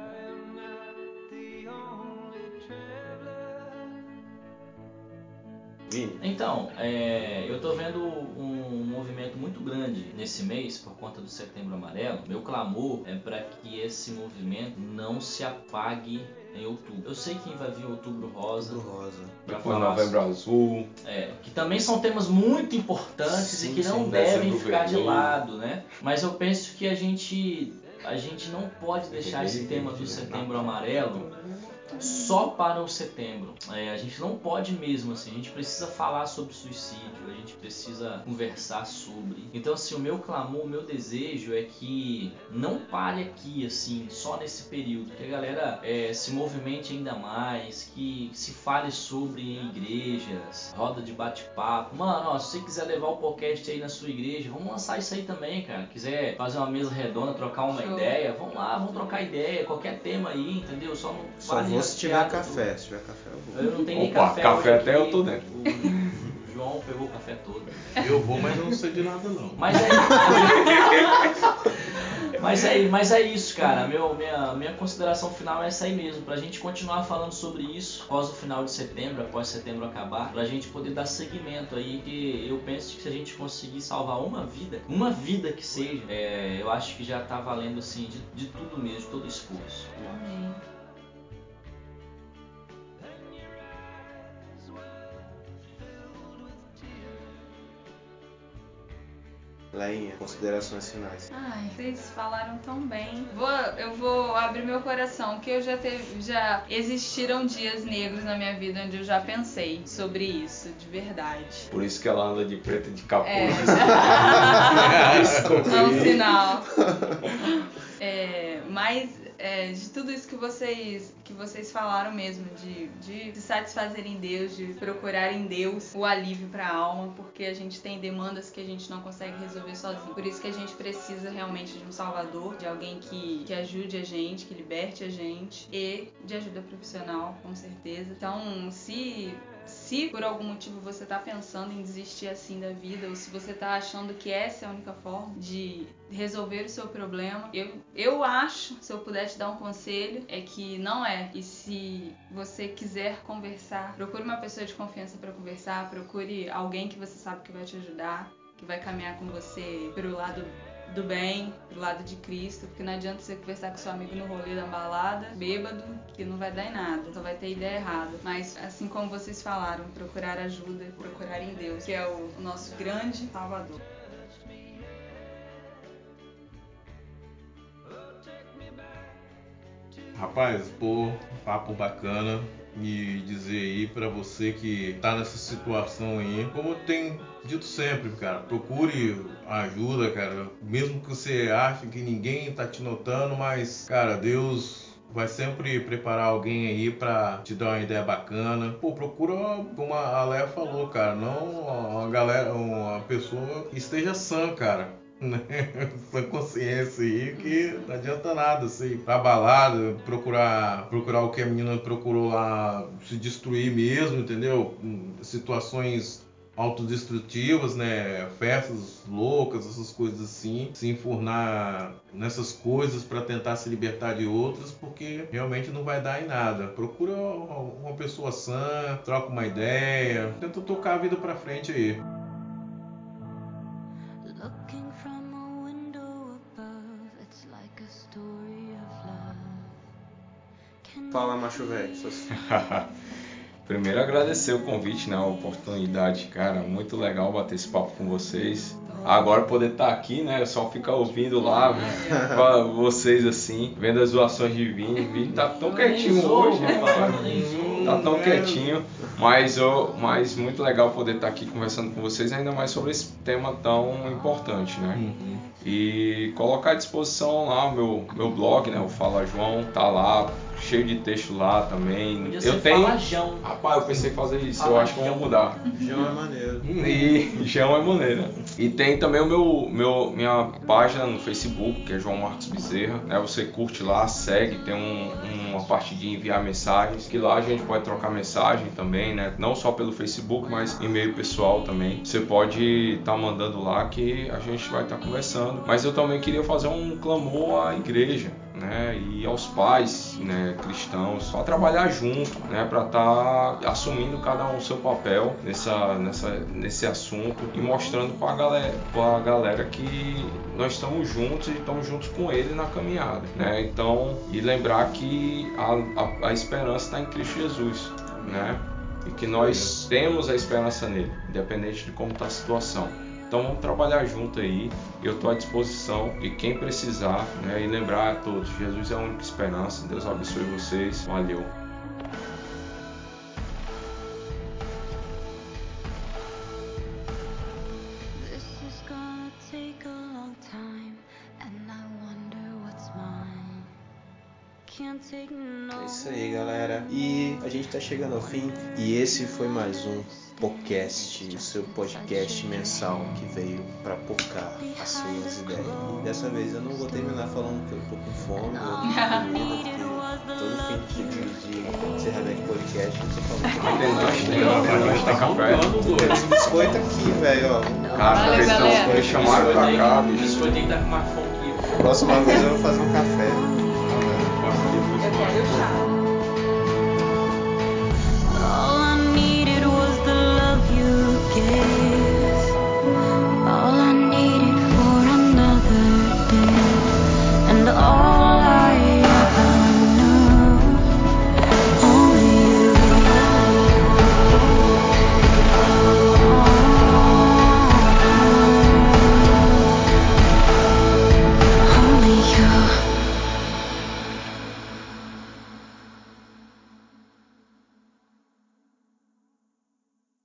[SPEAKER 1] Vini?
[SPEAKER 5] Então, eu tô vendo um movimento muito grande nesse mês por conta do Setembro Amarelo. Meu clamor é para que esse movimento não se apague em outubro. Eu sei que vai vir Outubro Rosa.
[SPEAKER 4] Depois Novembro Azul.
[SPEAKER 5] Que também são temas muito importantes e que não devem ficar de lado, né? Mas eu penso que a gente não pode deixar esse tema do Setembro Amarelo só para o setembro. A gente não pode mesmo, assim, a gente precisa falar sobre suicídio, a gente precisa conversar sobre. Então, assim, o meu clamor, o meu desejo é que não pare aqui, assim, só nesse período, que a galera se movimente ainda mais, que se fale sobre em igrejas, roda de bate-papo. Mano, se você quiser levar o podcast aí na sua igreja, vamos lançar isso aí também, cara. Quiser fazer uma mesa redonda, trocar uma ideia, vamos lá, vamos trocar ideia, qualquer tema aí, entendeu? Só não vale
[SPEAKER 1] se tiver café, eu vou.
[SPEAKER 5] Eu não tenho nem
[SPEAKER 4] Opa, café
[SPEAKER 5] hoje
[SPEAKER 4] até
[SPEAKER 5] aqui.
[SPEAKER 4] eu tô dentro.
[SPEAKER 5] O João pegou o café todo.
[SPEAKER 3] Eu vou, mas eu não sei de nada não.
[SPEAKER 5] Mas é isso, cara. Minha consideração final é essa aí mesmo. Pra gente continuar falando sobre isso após o final de setembro, após setembro acabar, pra gente poder dar seguimento aí, que eu penso que se a gente conseguir salvar uma vida que seja, eu acho que já tá valendo assim de tudo mesmo, de todo o esforço.
[SPEAKER 2] Amém.
[SPEAKER 1] Leinha, considerações finais.
[SPEAKER 2] Ai, vocês falaram tão bem. Eu vou abrir meu coração, porque já existiram dias negros na minha vida onde eu já pensei sobre isso, de verdade.
[SPEAKER 4] Por isso que ela anda de preto e de capuz.
[SPEAKER 2] É um sinal. Mas de tudo isso que vocês falaram mesmo, de se satisfazer em Deus, de procurar em Deus o alívio para a alma, porque a gente tem demandas que a gente não consegue resolver sozinho. Por isso que a gente precisa realmente de um salvador, de alguém que ajude a gente, que liberte a gente, e de ajuda profissional, com certeza. Então, se por algum motivo você tá pensando em desistir assim da vida, ou se você tá achando que essa é a única forma de resolver o seu problema, eu acho, se eu puder te dar um conselho, é que não é. E se você quiser conversar, procure uma pessoa de confiança para conversar, procure alguém que você sabe que vai te ajudar, que vai caminhar com você pro lado do bem, pro lado de Cristo, porque não adianta você conversar com seu amigo no rolê da balada, bêbado, que não vai dar em nada, só vai ter ideia errada. Mas, assim como vocês falaram, procurar ajuda, procurar em Deus, que é o nosso grande Salvador.
[SPEAKER 3] Rapaz, papo bacana. E dizer aí pra você que tá nessa situação aí, como eu tenho dito sempre, cara, procure ajuda, cara, mesmo que você ache que ninguém tá te notando, mas, cara, Deus vai sempre preparar alguém aí pra te dar uma ideia bacana. Procura, como a Léa falou, cara, não uma pessoa que esteja sã, cara. Essa consciência aí que não adianta nada você ir pra balada, procurar o que a menina procurou lá, se destruir mesmo, entendeu? Situações autodestrutivas, né? Festas loucas, essas coisas assim, se enfurnar nessas coisas para tentar se libertar de outras, porque realmente não vai dar em nada. Procura uma pessoa sã, troca uma ideia, tenta tocar a vida pra frente aí.
[SPEAKER 1] Fala, macho velho.
[SPEAKER 4] Primeiro agradecer o convite, né, a oportunidade, cara, muito legal bater esse papo com vocês. Agora poder estar aqui, né, só ficar ouvindo lá vocês assim, vendo as zoações de Vini. Vini tá tão quietinho hoje, né, tá tão quietinho. Mas muito legal poder estar aqui conversando com vocês, ainda mais sobre esse tema tão importante, né? E colocar à disposição lá o meu blog, né? O Fala João, tá lá, cheio de texto lá também.
[SPEAKER 5] Eu tenho. Fala João.
[SPEAKER 4] Rapaz, eu pensei em fazer isso, eu acho que vamos mudar.
[SPEAKER 1] João é maneiro.
[SPEAKER 4] E João é maneiro. E tem também minha página no Facebook, que é João Marcos Bezerra, né? Você curte lá, segue, tem uma parte de enviar mensagens, que lá a gente pode trocar mensagem também, né? Não só pelo Facebook, mas e-mail pessoal também. Você pode estar mandando lá que a gente vai estar conversando. Mas eu também queria fazer um clamor à igreja, né? E aos pais, né, cristãos, para trabalhar junto, né? Para estar assumindo cada um o seu papel nesse assunto e mostrando para a galera que nós estamos juntos e estamos juntos com ele na caminhada, né? Então, e lembrar que a esperança está em Cristo Jesus, né? E que nós temos a esperança nele, independente de como está a situação. Então vamos trabalhar junto aí, eu estou à disposição de quem precisar, né? E lembrar a todos, Jesus é a única esperança. Deus abençoe vocês, valeu.
[SPEAKER 1] É isso aí, galera. E a gente tá chegando ao fim. E esse foi mais um podcast, o seu podcast mensal que veio pra pocar as suas ideias. E dessa vez eu não vou terminar falando que eu tô com fome ou com comida, porque todo fim de encerramento de podcast eu tô falando.
[SPEAKER 4] Tem café.
[SPEAKER 1] Tem uns biscoitos aqui, velho, ó.
[SPEAKER 4] Cara,
[SPEAKER 2] Olha, galera.
[SPEAKER 4] me chamaram pra cá, bicho.
[SPEAKER 5] Biscoito aí tá com uma fome aqui.
[SPEAKER 1] Próxima vez eu vou fazer um café.
[SPEAKER 2] Eu quero chá.